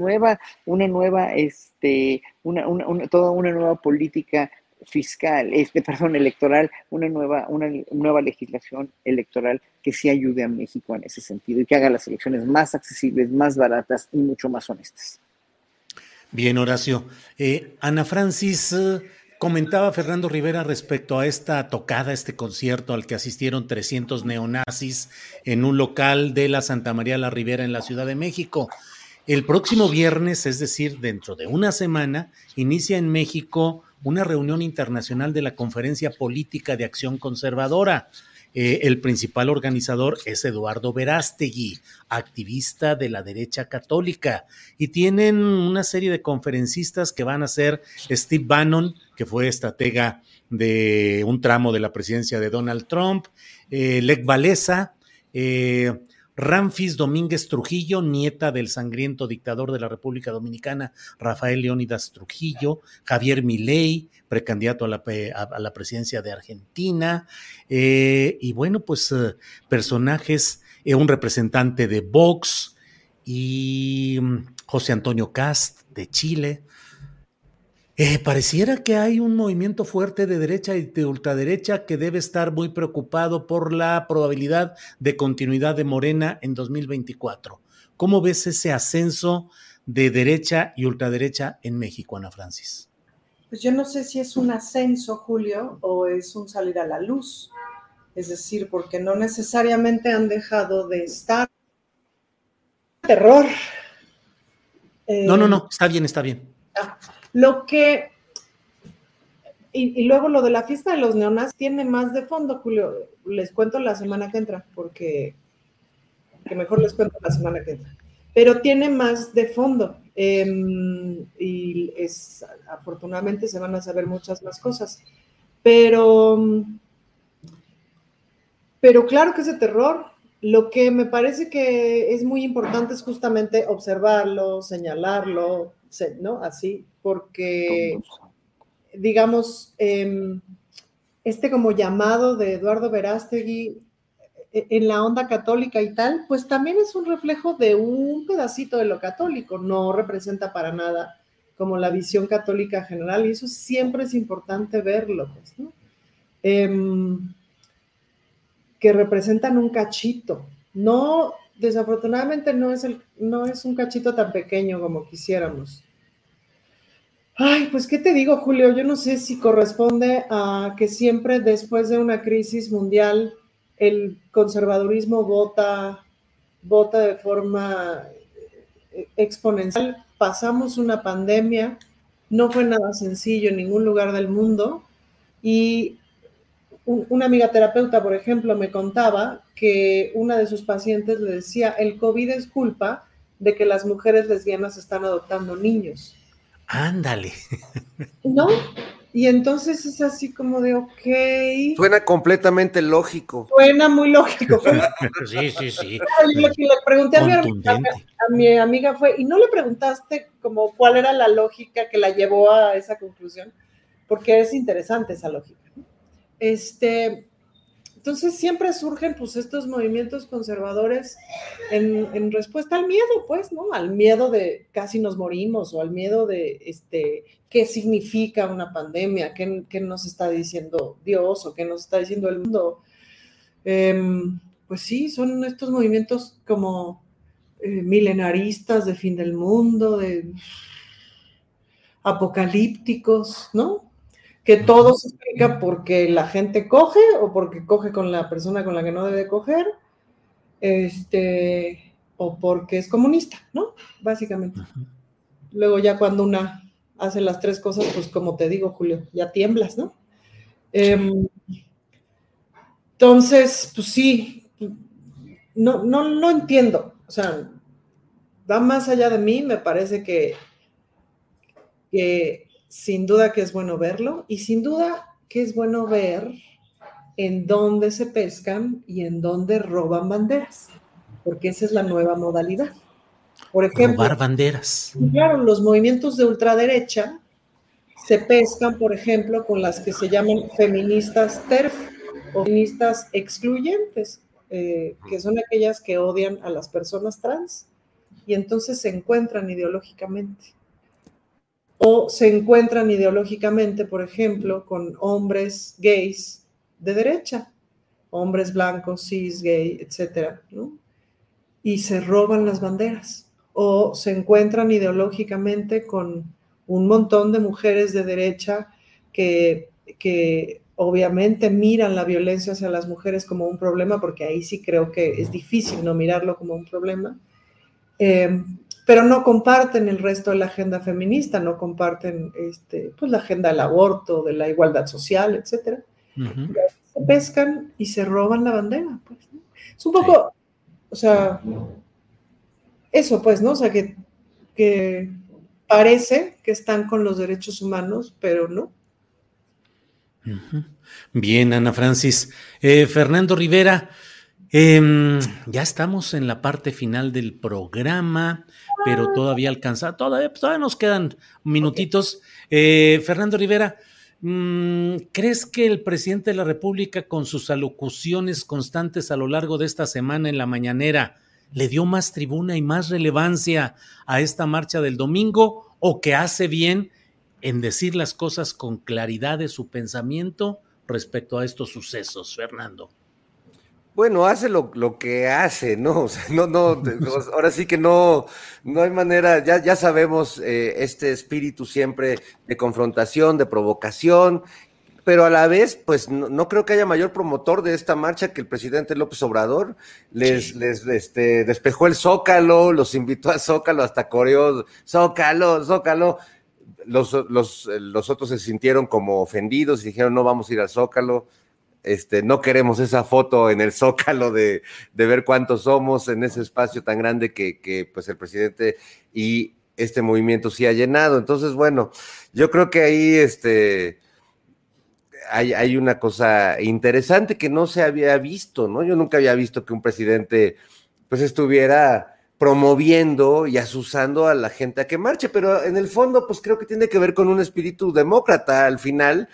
toda una nueva política fiscal, electoral, una nueva legislación electoral que sí ayude a México en ese sentido y que haga las elecciones más accesibles, más baratas y mucho más honestas. Bien, Horacio. Ana Francis, comentaba Fernando Rivera respecto a esta tocada, este concierto al que asistieron 300 neonazis en un local de la Santa María la Ribera en la Ciudad de México. El próximo viernes, es decir, dentro de una semana, inicia en México una reunión internacional de la Conferencia Política de Acción Conservadora. El principal organizador es Eduardo Verástegui, activista de la derecha católica, y tienen una serie de conferencistas que van a ser Steve Bannon, que fue estratega de un tramo de la presidencia de Donald Trump, Lech Walesa, Ramfis Domínguez Trujillo, nieta del sangriento dictador de la República Dominicana, Rafael Leónidas Trujillo, Javier Milei, precandidato a la presidencia de Argentina, y bueno, pues personajes, un representante de Vox y José Antonio Kast de Chile. Pareciera que hay un movimiento fuerte de derecha y de ultraderecha que debe estar muy preocupado por la probabilidad de continuidad de Morena en 2024. ¿Cómo ves ese ascenso de derecha y ultraderecha en México, Ana Francis? Pues yo no sé si es un ascenso, Julio, o es un salir a la luz. Es decir, porque no necesariamente han dejado de estar. Terror. No, está bien. Lo que, y luego lo de la fiesta de los neonazis tiene más de fondo, Julio. Les cuento la semana que entra, porque mejor les cuento la semana que entra. Pero tiene más de fondo. Y afortunadamente se van a saber muchas más cosas. Pero claro que ese terror. Lo que me parece que es muy importante es justamente observarlo, señalarlo, ¿no? Así, porque, digamos, este como llamado de Eduardo Verástegui en la onda católica y tal, pues también es un reflejo de un pedacito de lo católico, no representa para nada como la visión católica general, y eso siempre es importante verlo, pues, ¿no? Que representan un cachito. No, desafortunadamente no es un cachito tan pequeño como quisiéramos. Ay, pues, ¿qué te digo, Julio? Yo no sé si corresponde a que siempre después de una crisis mundial el conservadurismo vota de forma exponencial. Pasamos una pandemia, no fue nada sencillo en ningún lugar del mundo, y una amiga terapeuta, por ejemplo, me contaba que una de sus pacientes le decía, el COVID es culpa de que las mujeres lesbianas están adoptando niños. Ándale. ¿No? Y entonces es así como de, ok. Suena completamente lógico. Suena muy lógico. Sí. Lo que le pregunté a mi amiga fue, ¿y no le preguntaste como cuál era la lógica que la llevó a esa conclusión? Porque es interesante esa lógica. Entonces siempre surgen pues estos movimientos conservadores en respuesta al miedo, pues, ¿no? Al miedo de casi nos morimos, o al miedo de qué significa una pandemia, qué nos está diciendo Dios o qué nos está diciendo el mundo. Pues sí, son estos movimientos como milenaristas de fin del mundo, de apocalípticos, ¿no? Que todo se explica porque la gente coge o porque coge con la persona con la que no debe coger, o porque es comunista, ¿no? Básicamente. Luego ya cuando una hace las tres cosas, pues como te digo, Julio, ya tiemblas, ¿no? Entonces, pues sí, no entiendo, o sea, va más allá de mí, me parece que sin duda que es bueno verlo, y sin duda que es bueno ver en dónde se pescan y en dónde roban banderas. porque esa es la nueva modalidad. Por ejemplo, robar banderas. Claro, los movimientos de ultraderecha se pescan, por ejemplo, con las que se llaman feministas TERF o feministas excluyentes, que son aquellas que odian a las personas trans y entonces se encuentran ideológicamente. O se encuentran ideológicamente, por ejemplo, con hombres gays de derecha, hombres blancos, cis, gay, etcétera, ¿no? Y se roban las banderas. O se encuentran ideológicamente con un montón de mujeres de derecha que obviamente miran la violencia hacia las mujeres como un problema, porque ahí sí creo que es difícil no mirarlo como un problema, pero no comparten el resto de la agenda feminista, no comparten pues la agenda del aborto, de la igualdad social, etcétera. Uh-huh. Se pescan y se roban la bandera, pues, ¿no? Es un poco, o sea, eso pues, ¿no? O sea, que parece que están con los derechos humanos, pero no. Uh-huh. Bien, Ana Francis. Fernando Rivera, ya estamos en la parte final del programa, pero todavía todavía nos quedan minutitos. Fernando Rivera, ¿crees que el presidente de la República, con sus alocuciones constantes a lo largo de esta semana en la mañanera, le dio más tribuna y más relevancia a esta marcha del domingo, o que hace bien en decir las cosas con claridad de su pensamiento respecto a estos sucesos, Fernando? Bueno, hace lo que hace, ¿no? O sea, no, ahora sí que no hay manera, ya sabemos este espíritu siempre de confrontación, de provocación, pero a la vez, pues no creo que haya mayor promotor de esta marcha que el presidente López Obrador. Les despejó el Zócalo, los invitó al Zócalo, hasta coreó Zócalo. Los otros se sintieron como ofendidos y dijeron, no vamos a ir al Zócalo. No queremos esa foto en el Zócalo de ver cuántos somos en ese espacio tan grande que pues el presidente y este movimiento sí ha llenado. Entonces, bueno, yo creo que ahí hay una cosa interesante que no se había visto, ¿no? Yo nunca había visto que un presidente pues estuviera promoviendo y asusando a la gente a que marche, pero en el fondo pues creo que tiene que ver con un espíritu demócrata al final,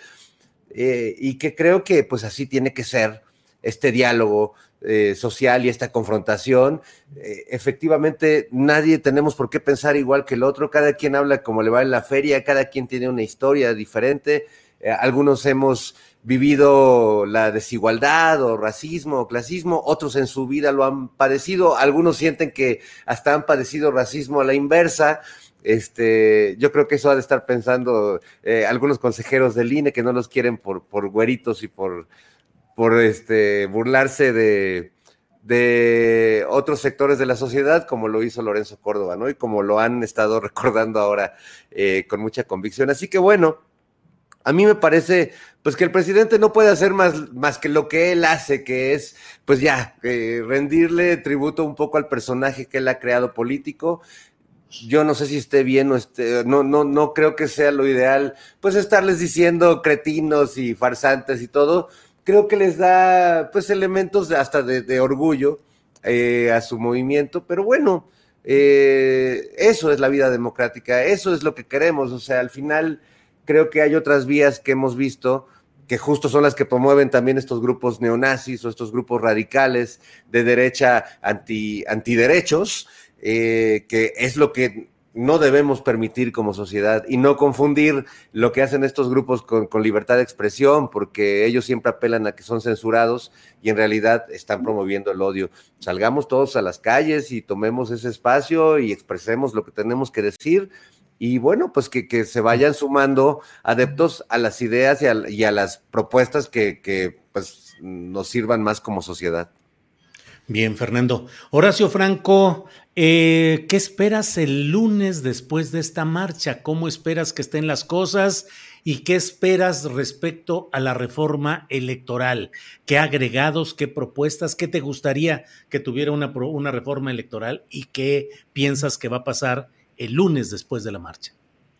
y que creo que pues así tiene que ser este diálogo social y esta confrontación. Efectivamente, nadie tenemos por qué pensar igual que el otro, cada quien habla como le va en la feria, cada quien tiene una historia diferente, algunos hemos vivido la desigualdad o racismo o clasismo, otros en su vida lo han padecido, algunos sienten que hasta han padecido racismo a la inversa. Yo creo que eso ha de estar pensando algunos consejeros del INE que no los quieren por güeritos y por burlarse de otros sectores de la sociedad, como lo hizo Lorenzo Córdoba, ¿no? Y como lo han estado recordando ahora con mucha convicción. Así que bueno, a mí me parece pues que el presidente no puede hacer más que lo que él hace, que es pues ya rendirle tributo un poco al personaje que él ha creado político. Yo no sé si esté bien o no creo que sea lo ideal, pues estarles diciendo cretinos y farsantes y todo. Creo que les da pues elementos hasta de orgullo a su movimiento, pero bueno, eso es la vida democrática, eso es lo que queremos. O sea, al final creo que hay otras vías que hemos visto que justo son las que promueven también estos grupos neonazis o estos grupos radicales de derecha antiderechos, que es lo que no debemos permitir como sociedad, y no confundir lo que hacen estos grupos con libertad de expresión, porque ellos siempre apelan a que son censurados y en realidad están promoviendo el odio. Salgamos todos a las calles y tomemos ese espacio y expresemos lo que tenemos que decir, y bueno, pues que se vayan sumando adeptos a las ideas y a las propuestas que pues nos sirvan más como sociedad. Bien, Fernando. Horacio Franco, ¿qué esperas el lunes después de esta marcha? ¿Cómo esperas que estén las cosas? ¿Y qué esperas respecto a la reforma electoral? ¿Qué agregados, qué propuestas, qué te gustaría que tuviera una reforma electoral y qué piensas que va a pasar el lunes después de la marcha?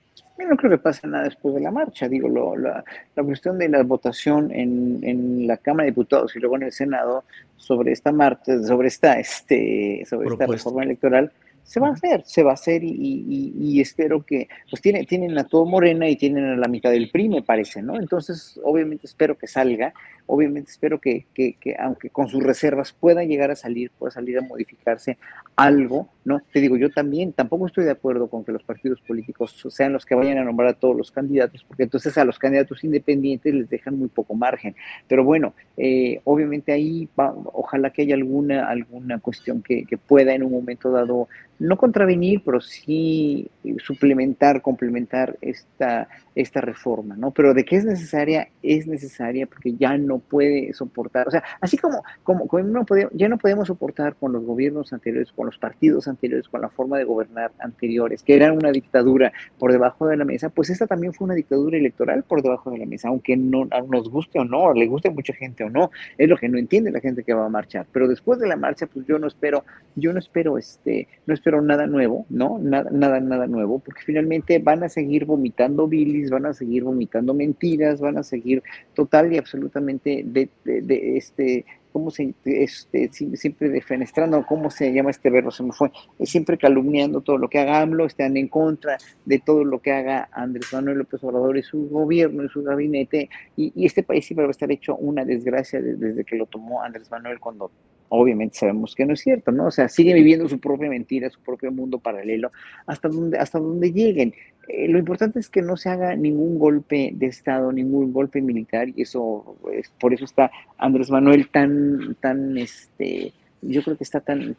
Yo no creo que pase nada después de la marcha. Digo, la cuestión de la votación en la Cámara de Diputados y luego en el Senado sobre esta marcha, sobre esta reforma electoral, se va a hacer y espero que, pues tienen a todo Morena y tienen a la mitad del PRI, me parece, ¿no? Entonces, obviamente espero que salga, obviamente espero que aunque con sus reservas pueda llegar a salir, pueda salir a modificarse algo, ¿no? Te digo, yo tampoco estoy de acuerdo con que los partidos políticos sean los que vayan a nombrar a todos los candidatos, porque entonces a los candidatos independientes les dejan muy poco margen, pero bueno, obviamente ahí ojalá que haya alguna cuestión que pueda en un momento dado no contravenir, pero sí suplementar, complementar esta reforma, ¿no? Pero de que es necesaria porque ya no puede soportar, o sea, así como ya no podemos soportar con los gobiernos anteriores, con los partidos anteriores, con la forma de gobernar anteriores, que eran una dictadura por debajo de la mesa, pues esta también fue una dictadura electoral por debajo de la mesa, aunque no nos guste o no, le guste a mucha gente o no, es lo que no entiende la gente que va a marchar, pero después de la marcha, pues yo no espero nada nuevo, ¿no? Nada nuevo, porque finalmente van a seguir vomitando bilis, van a seguir vomitando mentiras, van a seguir total y absolutamente siempre defenestrando, ¿cómo se llama este verbo? Se me fue, siempre calumniando todo lo que haga AMLO, están en contra de todo lo que haga Andrés Manuel López Obrador y su gobierno y su gabinete, y este país siempre va a estar hecho una desgracia desde que lo tomó Andrés Manuel, cuando obviamente sabemos que no es cierto, ¿no? O sea, sigue viviendo su propia mentira, su propio mundo paralelo, hasta donde lleguen. Lo importante es que no se haga ningún golpe de Estado, ningún golpe militar, y eso, por eso está Andrés Manuel yo creo que está tan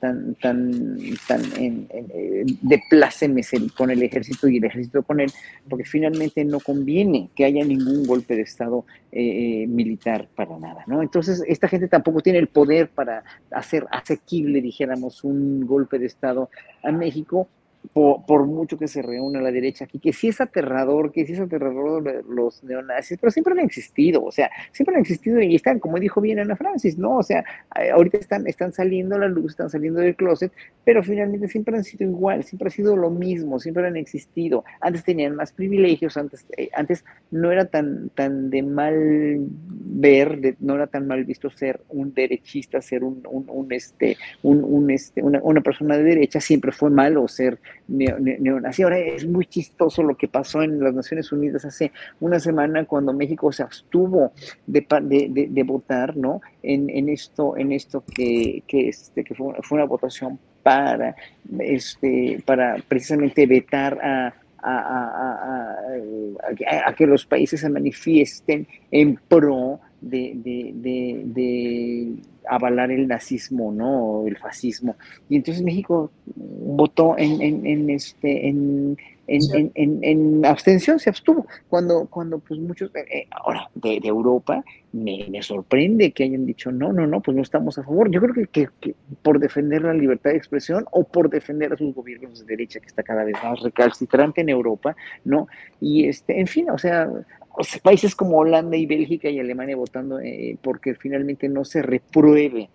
de plácemes con el ejército y el ejército con él, porque finalmente no conviene que haya ningún golpe de Estado militar para nada, ¿no? Entonces, esta gente tampoco tiene el poder para hacer asequible, dijéramos, un golpe de Estado a México, por mucho que se reúna la derecha aquí, que sí es aterrador los neonazis, pero siempre han existido, o sea, siempre han existido y están, como dijo bien Ana Francis, ¿no? O sea, ahorita están saliendo a la luz, están saliendo del closet, pero finalmente siempre han sido igual, siempre ha sido lo mismo, siempre han existido. Antes tenían más privilegios, antes no era tan de mal ver, no era tan mal visto ser un derechista, ser una persona de derecha, siempre fue malo ser neonazi. Ahora es muy chistoso lo que pasó en las Naciones Unidas hace una semana, cuando México se abstuvo de votar, ¿no? En esto que fue una votación para precisamente vetar a que los países se manifiesten en pro de avalar el nazismo, ¿no? El fascismo. Y entonces México votó en abstención, se abstuvo, cuando pues muchos, ahora, de Europa, me sorprende que hayan dicho no, pues no estamos a favor. Yo creo que por defender la libertad de expresión o por defender a sus gobiernos de derecha, que está cada vez más recalcitrante en Europa, ¿no? Y en fin, o sea, países como Holanda y Bélgica y Alemania votando porque finalmente no se repruebe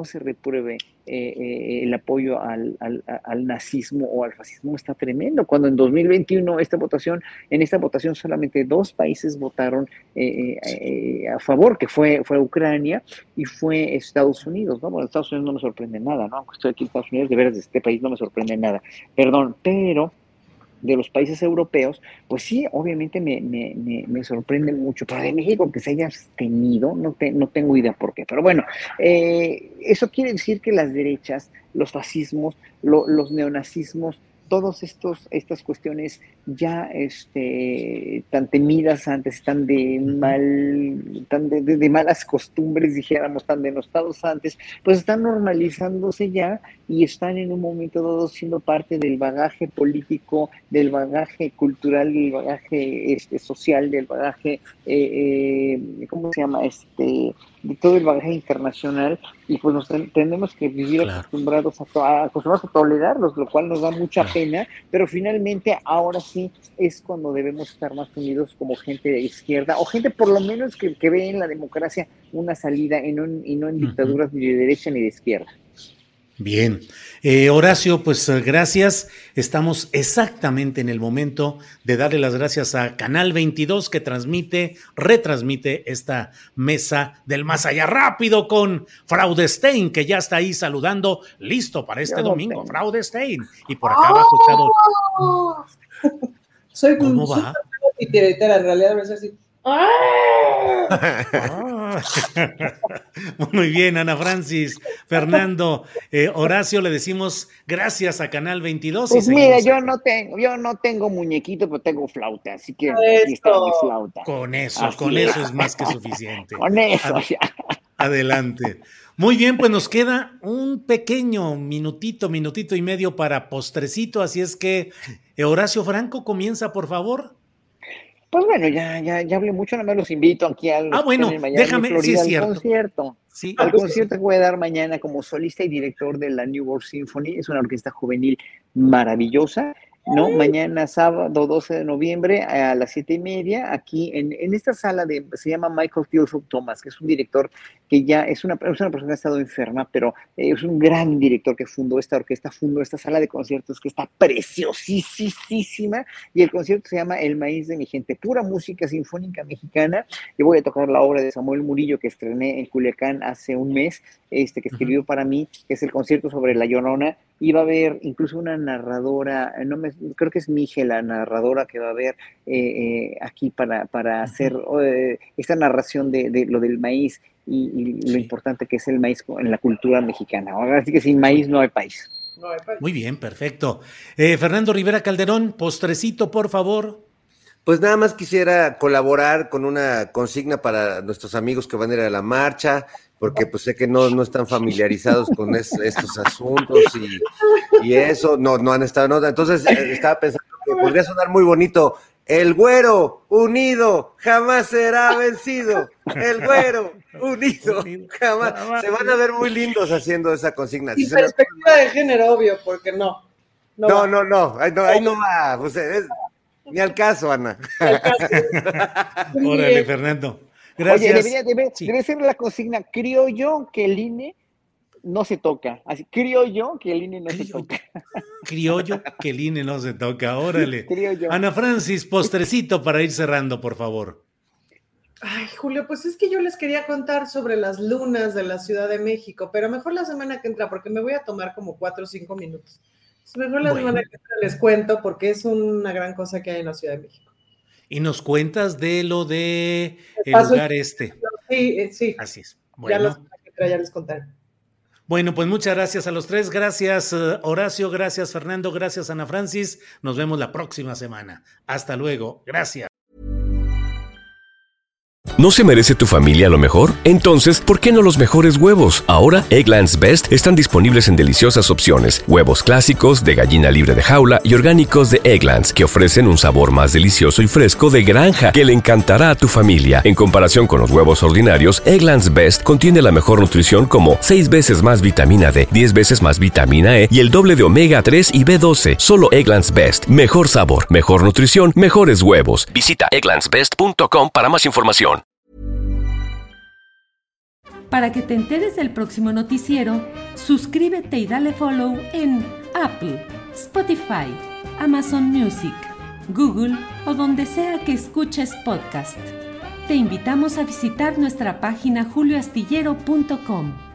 el apoyo al nazismo o al fascismo, está tremendo. Cuando en 2021 en esta votación solamente 2 países votaron a favor, que fue Ucrania y fue Estados Unidos, ¿no? Bueno, Estados Unidos no me sorprende nada, ¿no? Aunque estoy aquí en Estados Unidos, de veras, de este país no me sorprende nada, perdón, pero de los países europeos, pues sí, obviamente me sorprende mucho, pero de México que se haya abstenido, no tengo idea por qué, pero bueno, eso quiere decir que las derechas, los fascismos, los neonazismos, todas estas cuestiones ya tan temidas antes, tan de malas costumbres, dijéramos, tan denostados antes, pues están normalizándose ya y están en un momento dado siendo parte del bagaje político, del bagaje cultural, del bagaje social, del bagaje, ¿cómo se llama? De todo el bagaje internacional, y pues tenemos que vivir acostumbrados a tolerarlos, lo cual nos da mucha pena, pero finalmente ahora sí es cuando debemos estar más unidos como gente de izquierda, o gente por lo menos que ve en la democracia una salida y no en dictaduras ni de derecha ni de izquierda. Bien. Horacio, pues gracias. Estamos exactamente en el momento de darle las gracias a Canal 22 que retransmite esta mesa del más allá rápido con Fraudestein, que ya está ahí saludando, listo para este domingo. Fraudestein. Y por acá abajo Soy ¿Cómo va? titiritera, en realidad a veces así. Muy bien, Ana Francis, Fernando, Horacio, le decimos gracias a Canal 22. Pues mira, yo no tengo muñequito, pero tengo flauta, así que aquí está mi flauta. Con eso es más que suficiente. Con eso ya. Adelante. Muy bien, pues nos queda un pequeño minutito y medio para postrecito, así es que Horacio Franco, comienza, por favor. Pues bueno, ya hablé mucho, nada más los invito aquí al Miami, déjame, sí es cierto. Concierto. Sí, al concierto que voy a dar mañana como solista y director de la New World Symphony. Es una orquesta juvenil maravillosa, ¿no? Mañana sábado 12 de noviembre a las 7:30 aquí en esta sala se llama Michael Theodore Thomas, que es un director que ya es una persona que ha estado enferma, pero es un gran director que fundó esta orquesta, fundó esta sala de conciertos que está preciosísima, y el concierto se llama El Maíz de mi gente, pura música sinfónica mexicana. Yo voy a tocar la obra de Samuel Murillo que estrené en Culiacán hace un mes, que escribió para mí, que es el concierto sobre La Llorona. Y va a haber incluso una narradora, creo que es Mije, la narradora que va a haber aquí para hacer esta narración de lo del maíz y lo importante que es el maíz en la cultura mexicana. Así que sin maíz no hay país. Muy bien, perfecto. Fernando Rivera Calderón, postrecito, por favor. Pues nada más quisiera colaborar con una consigna para nuestros amigos que van a ir a la marcha, porque pues sé que no están familiarizados con estos asuntos y eso, no han estado, no. Entonces estaba pensando que podría sonar muy bonito: el güero unido jamás será vencido, el güero unido jamás. Se van a ver muy lindos haciendo esa consigna. Sin perspectiva de género, obvio, porque no. Ahí no va, pues ni al caso, Ana. Órale, Fernando. Gracias. Oye, debe ser la consigna: creo yo que el INE no se toca. Así, creo yo que el INE no se toca. Criollo que el INE no se toca, órale. Criollo. Ana Francis, postrecito para ir cerrando, por favor. Ay, Julio, pues es que yo les quería contar sobre las lunas de la Ciudad de México, pero mejor la semana que entra, porque me voy a tomar como 4 o 5 minutos. Mejor la semana que entra les cuento, porque es una gran cosa que hay en la Ciudad de México. Y nos cuentas de lo de el lugar Sí. Así es. Bueno. Ya la semana que entra ya les contaré. Bueno, pues muchas gracias a los tres. Gracias, Horacio. Gracias, Fernando. Gracias, Ana Francis. Nos vemos la próxima semana. Hasta luego. Gracias. ¿No se merece tu familia lo mejor? Entonces, ¿por qué no los mejores huevos? Ahora, Eggland's Best están disponibles en deliciosas opciones. Huevos clásicos, de gallina libre de jaula y orgánicos de Eggland's, que ofrecen un sabor más delicioso y fresco de granja que le encantará a tu familia. En comparación con los huevos ordinarios, Eggland's Best contiene la mejor nutrición, como 6 veces más vitamina D, 10 veces más vitamina E y el doble de omega 3 y B12. Solo Eggland's Best. Mejor sabor, mejor nutrición, mejores huevos. Visita egglandsbest.com para más información. Para que te enteres del próximo noticiero, suscríbete y dale follow en Apple, Spotify, Amazon Music, Google o donde sea que escuches podcast. Te invitamos a visitar nuestra página julioastillero.com.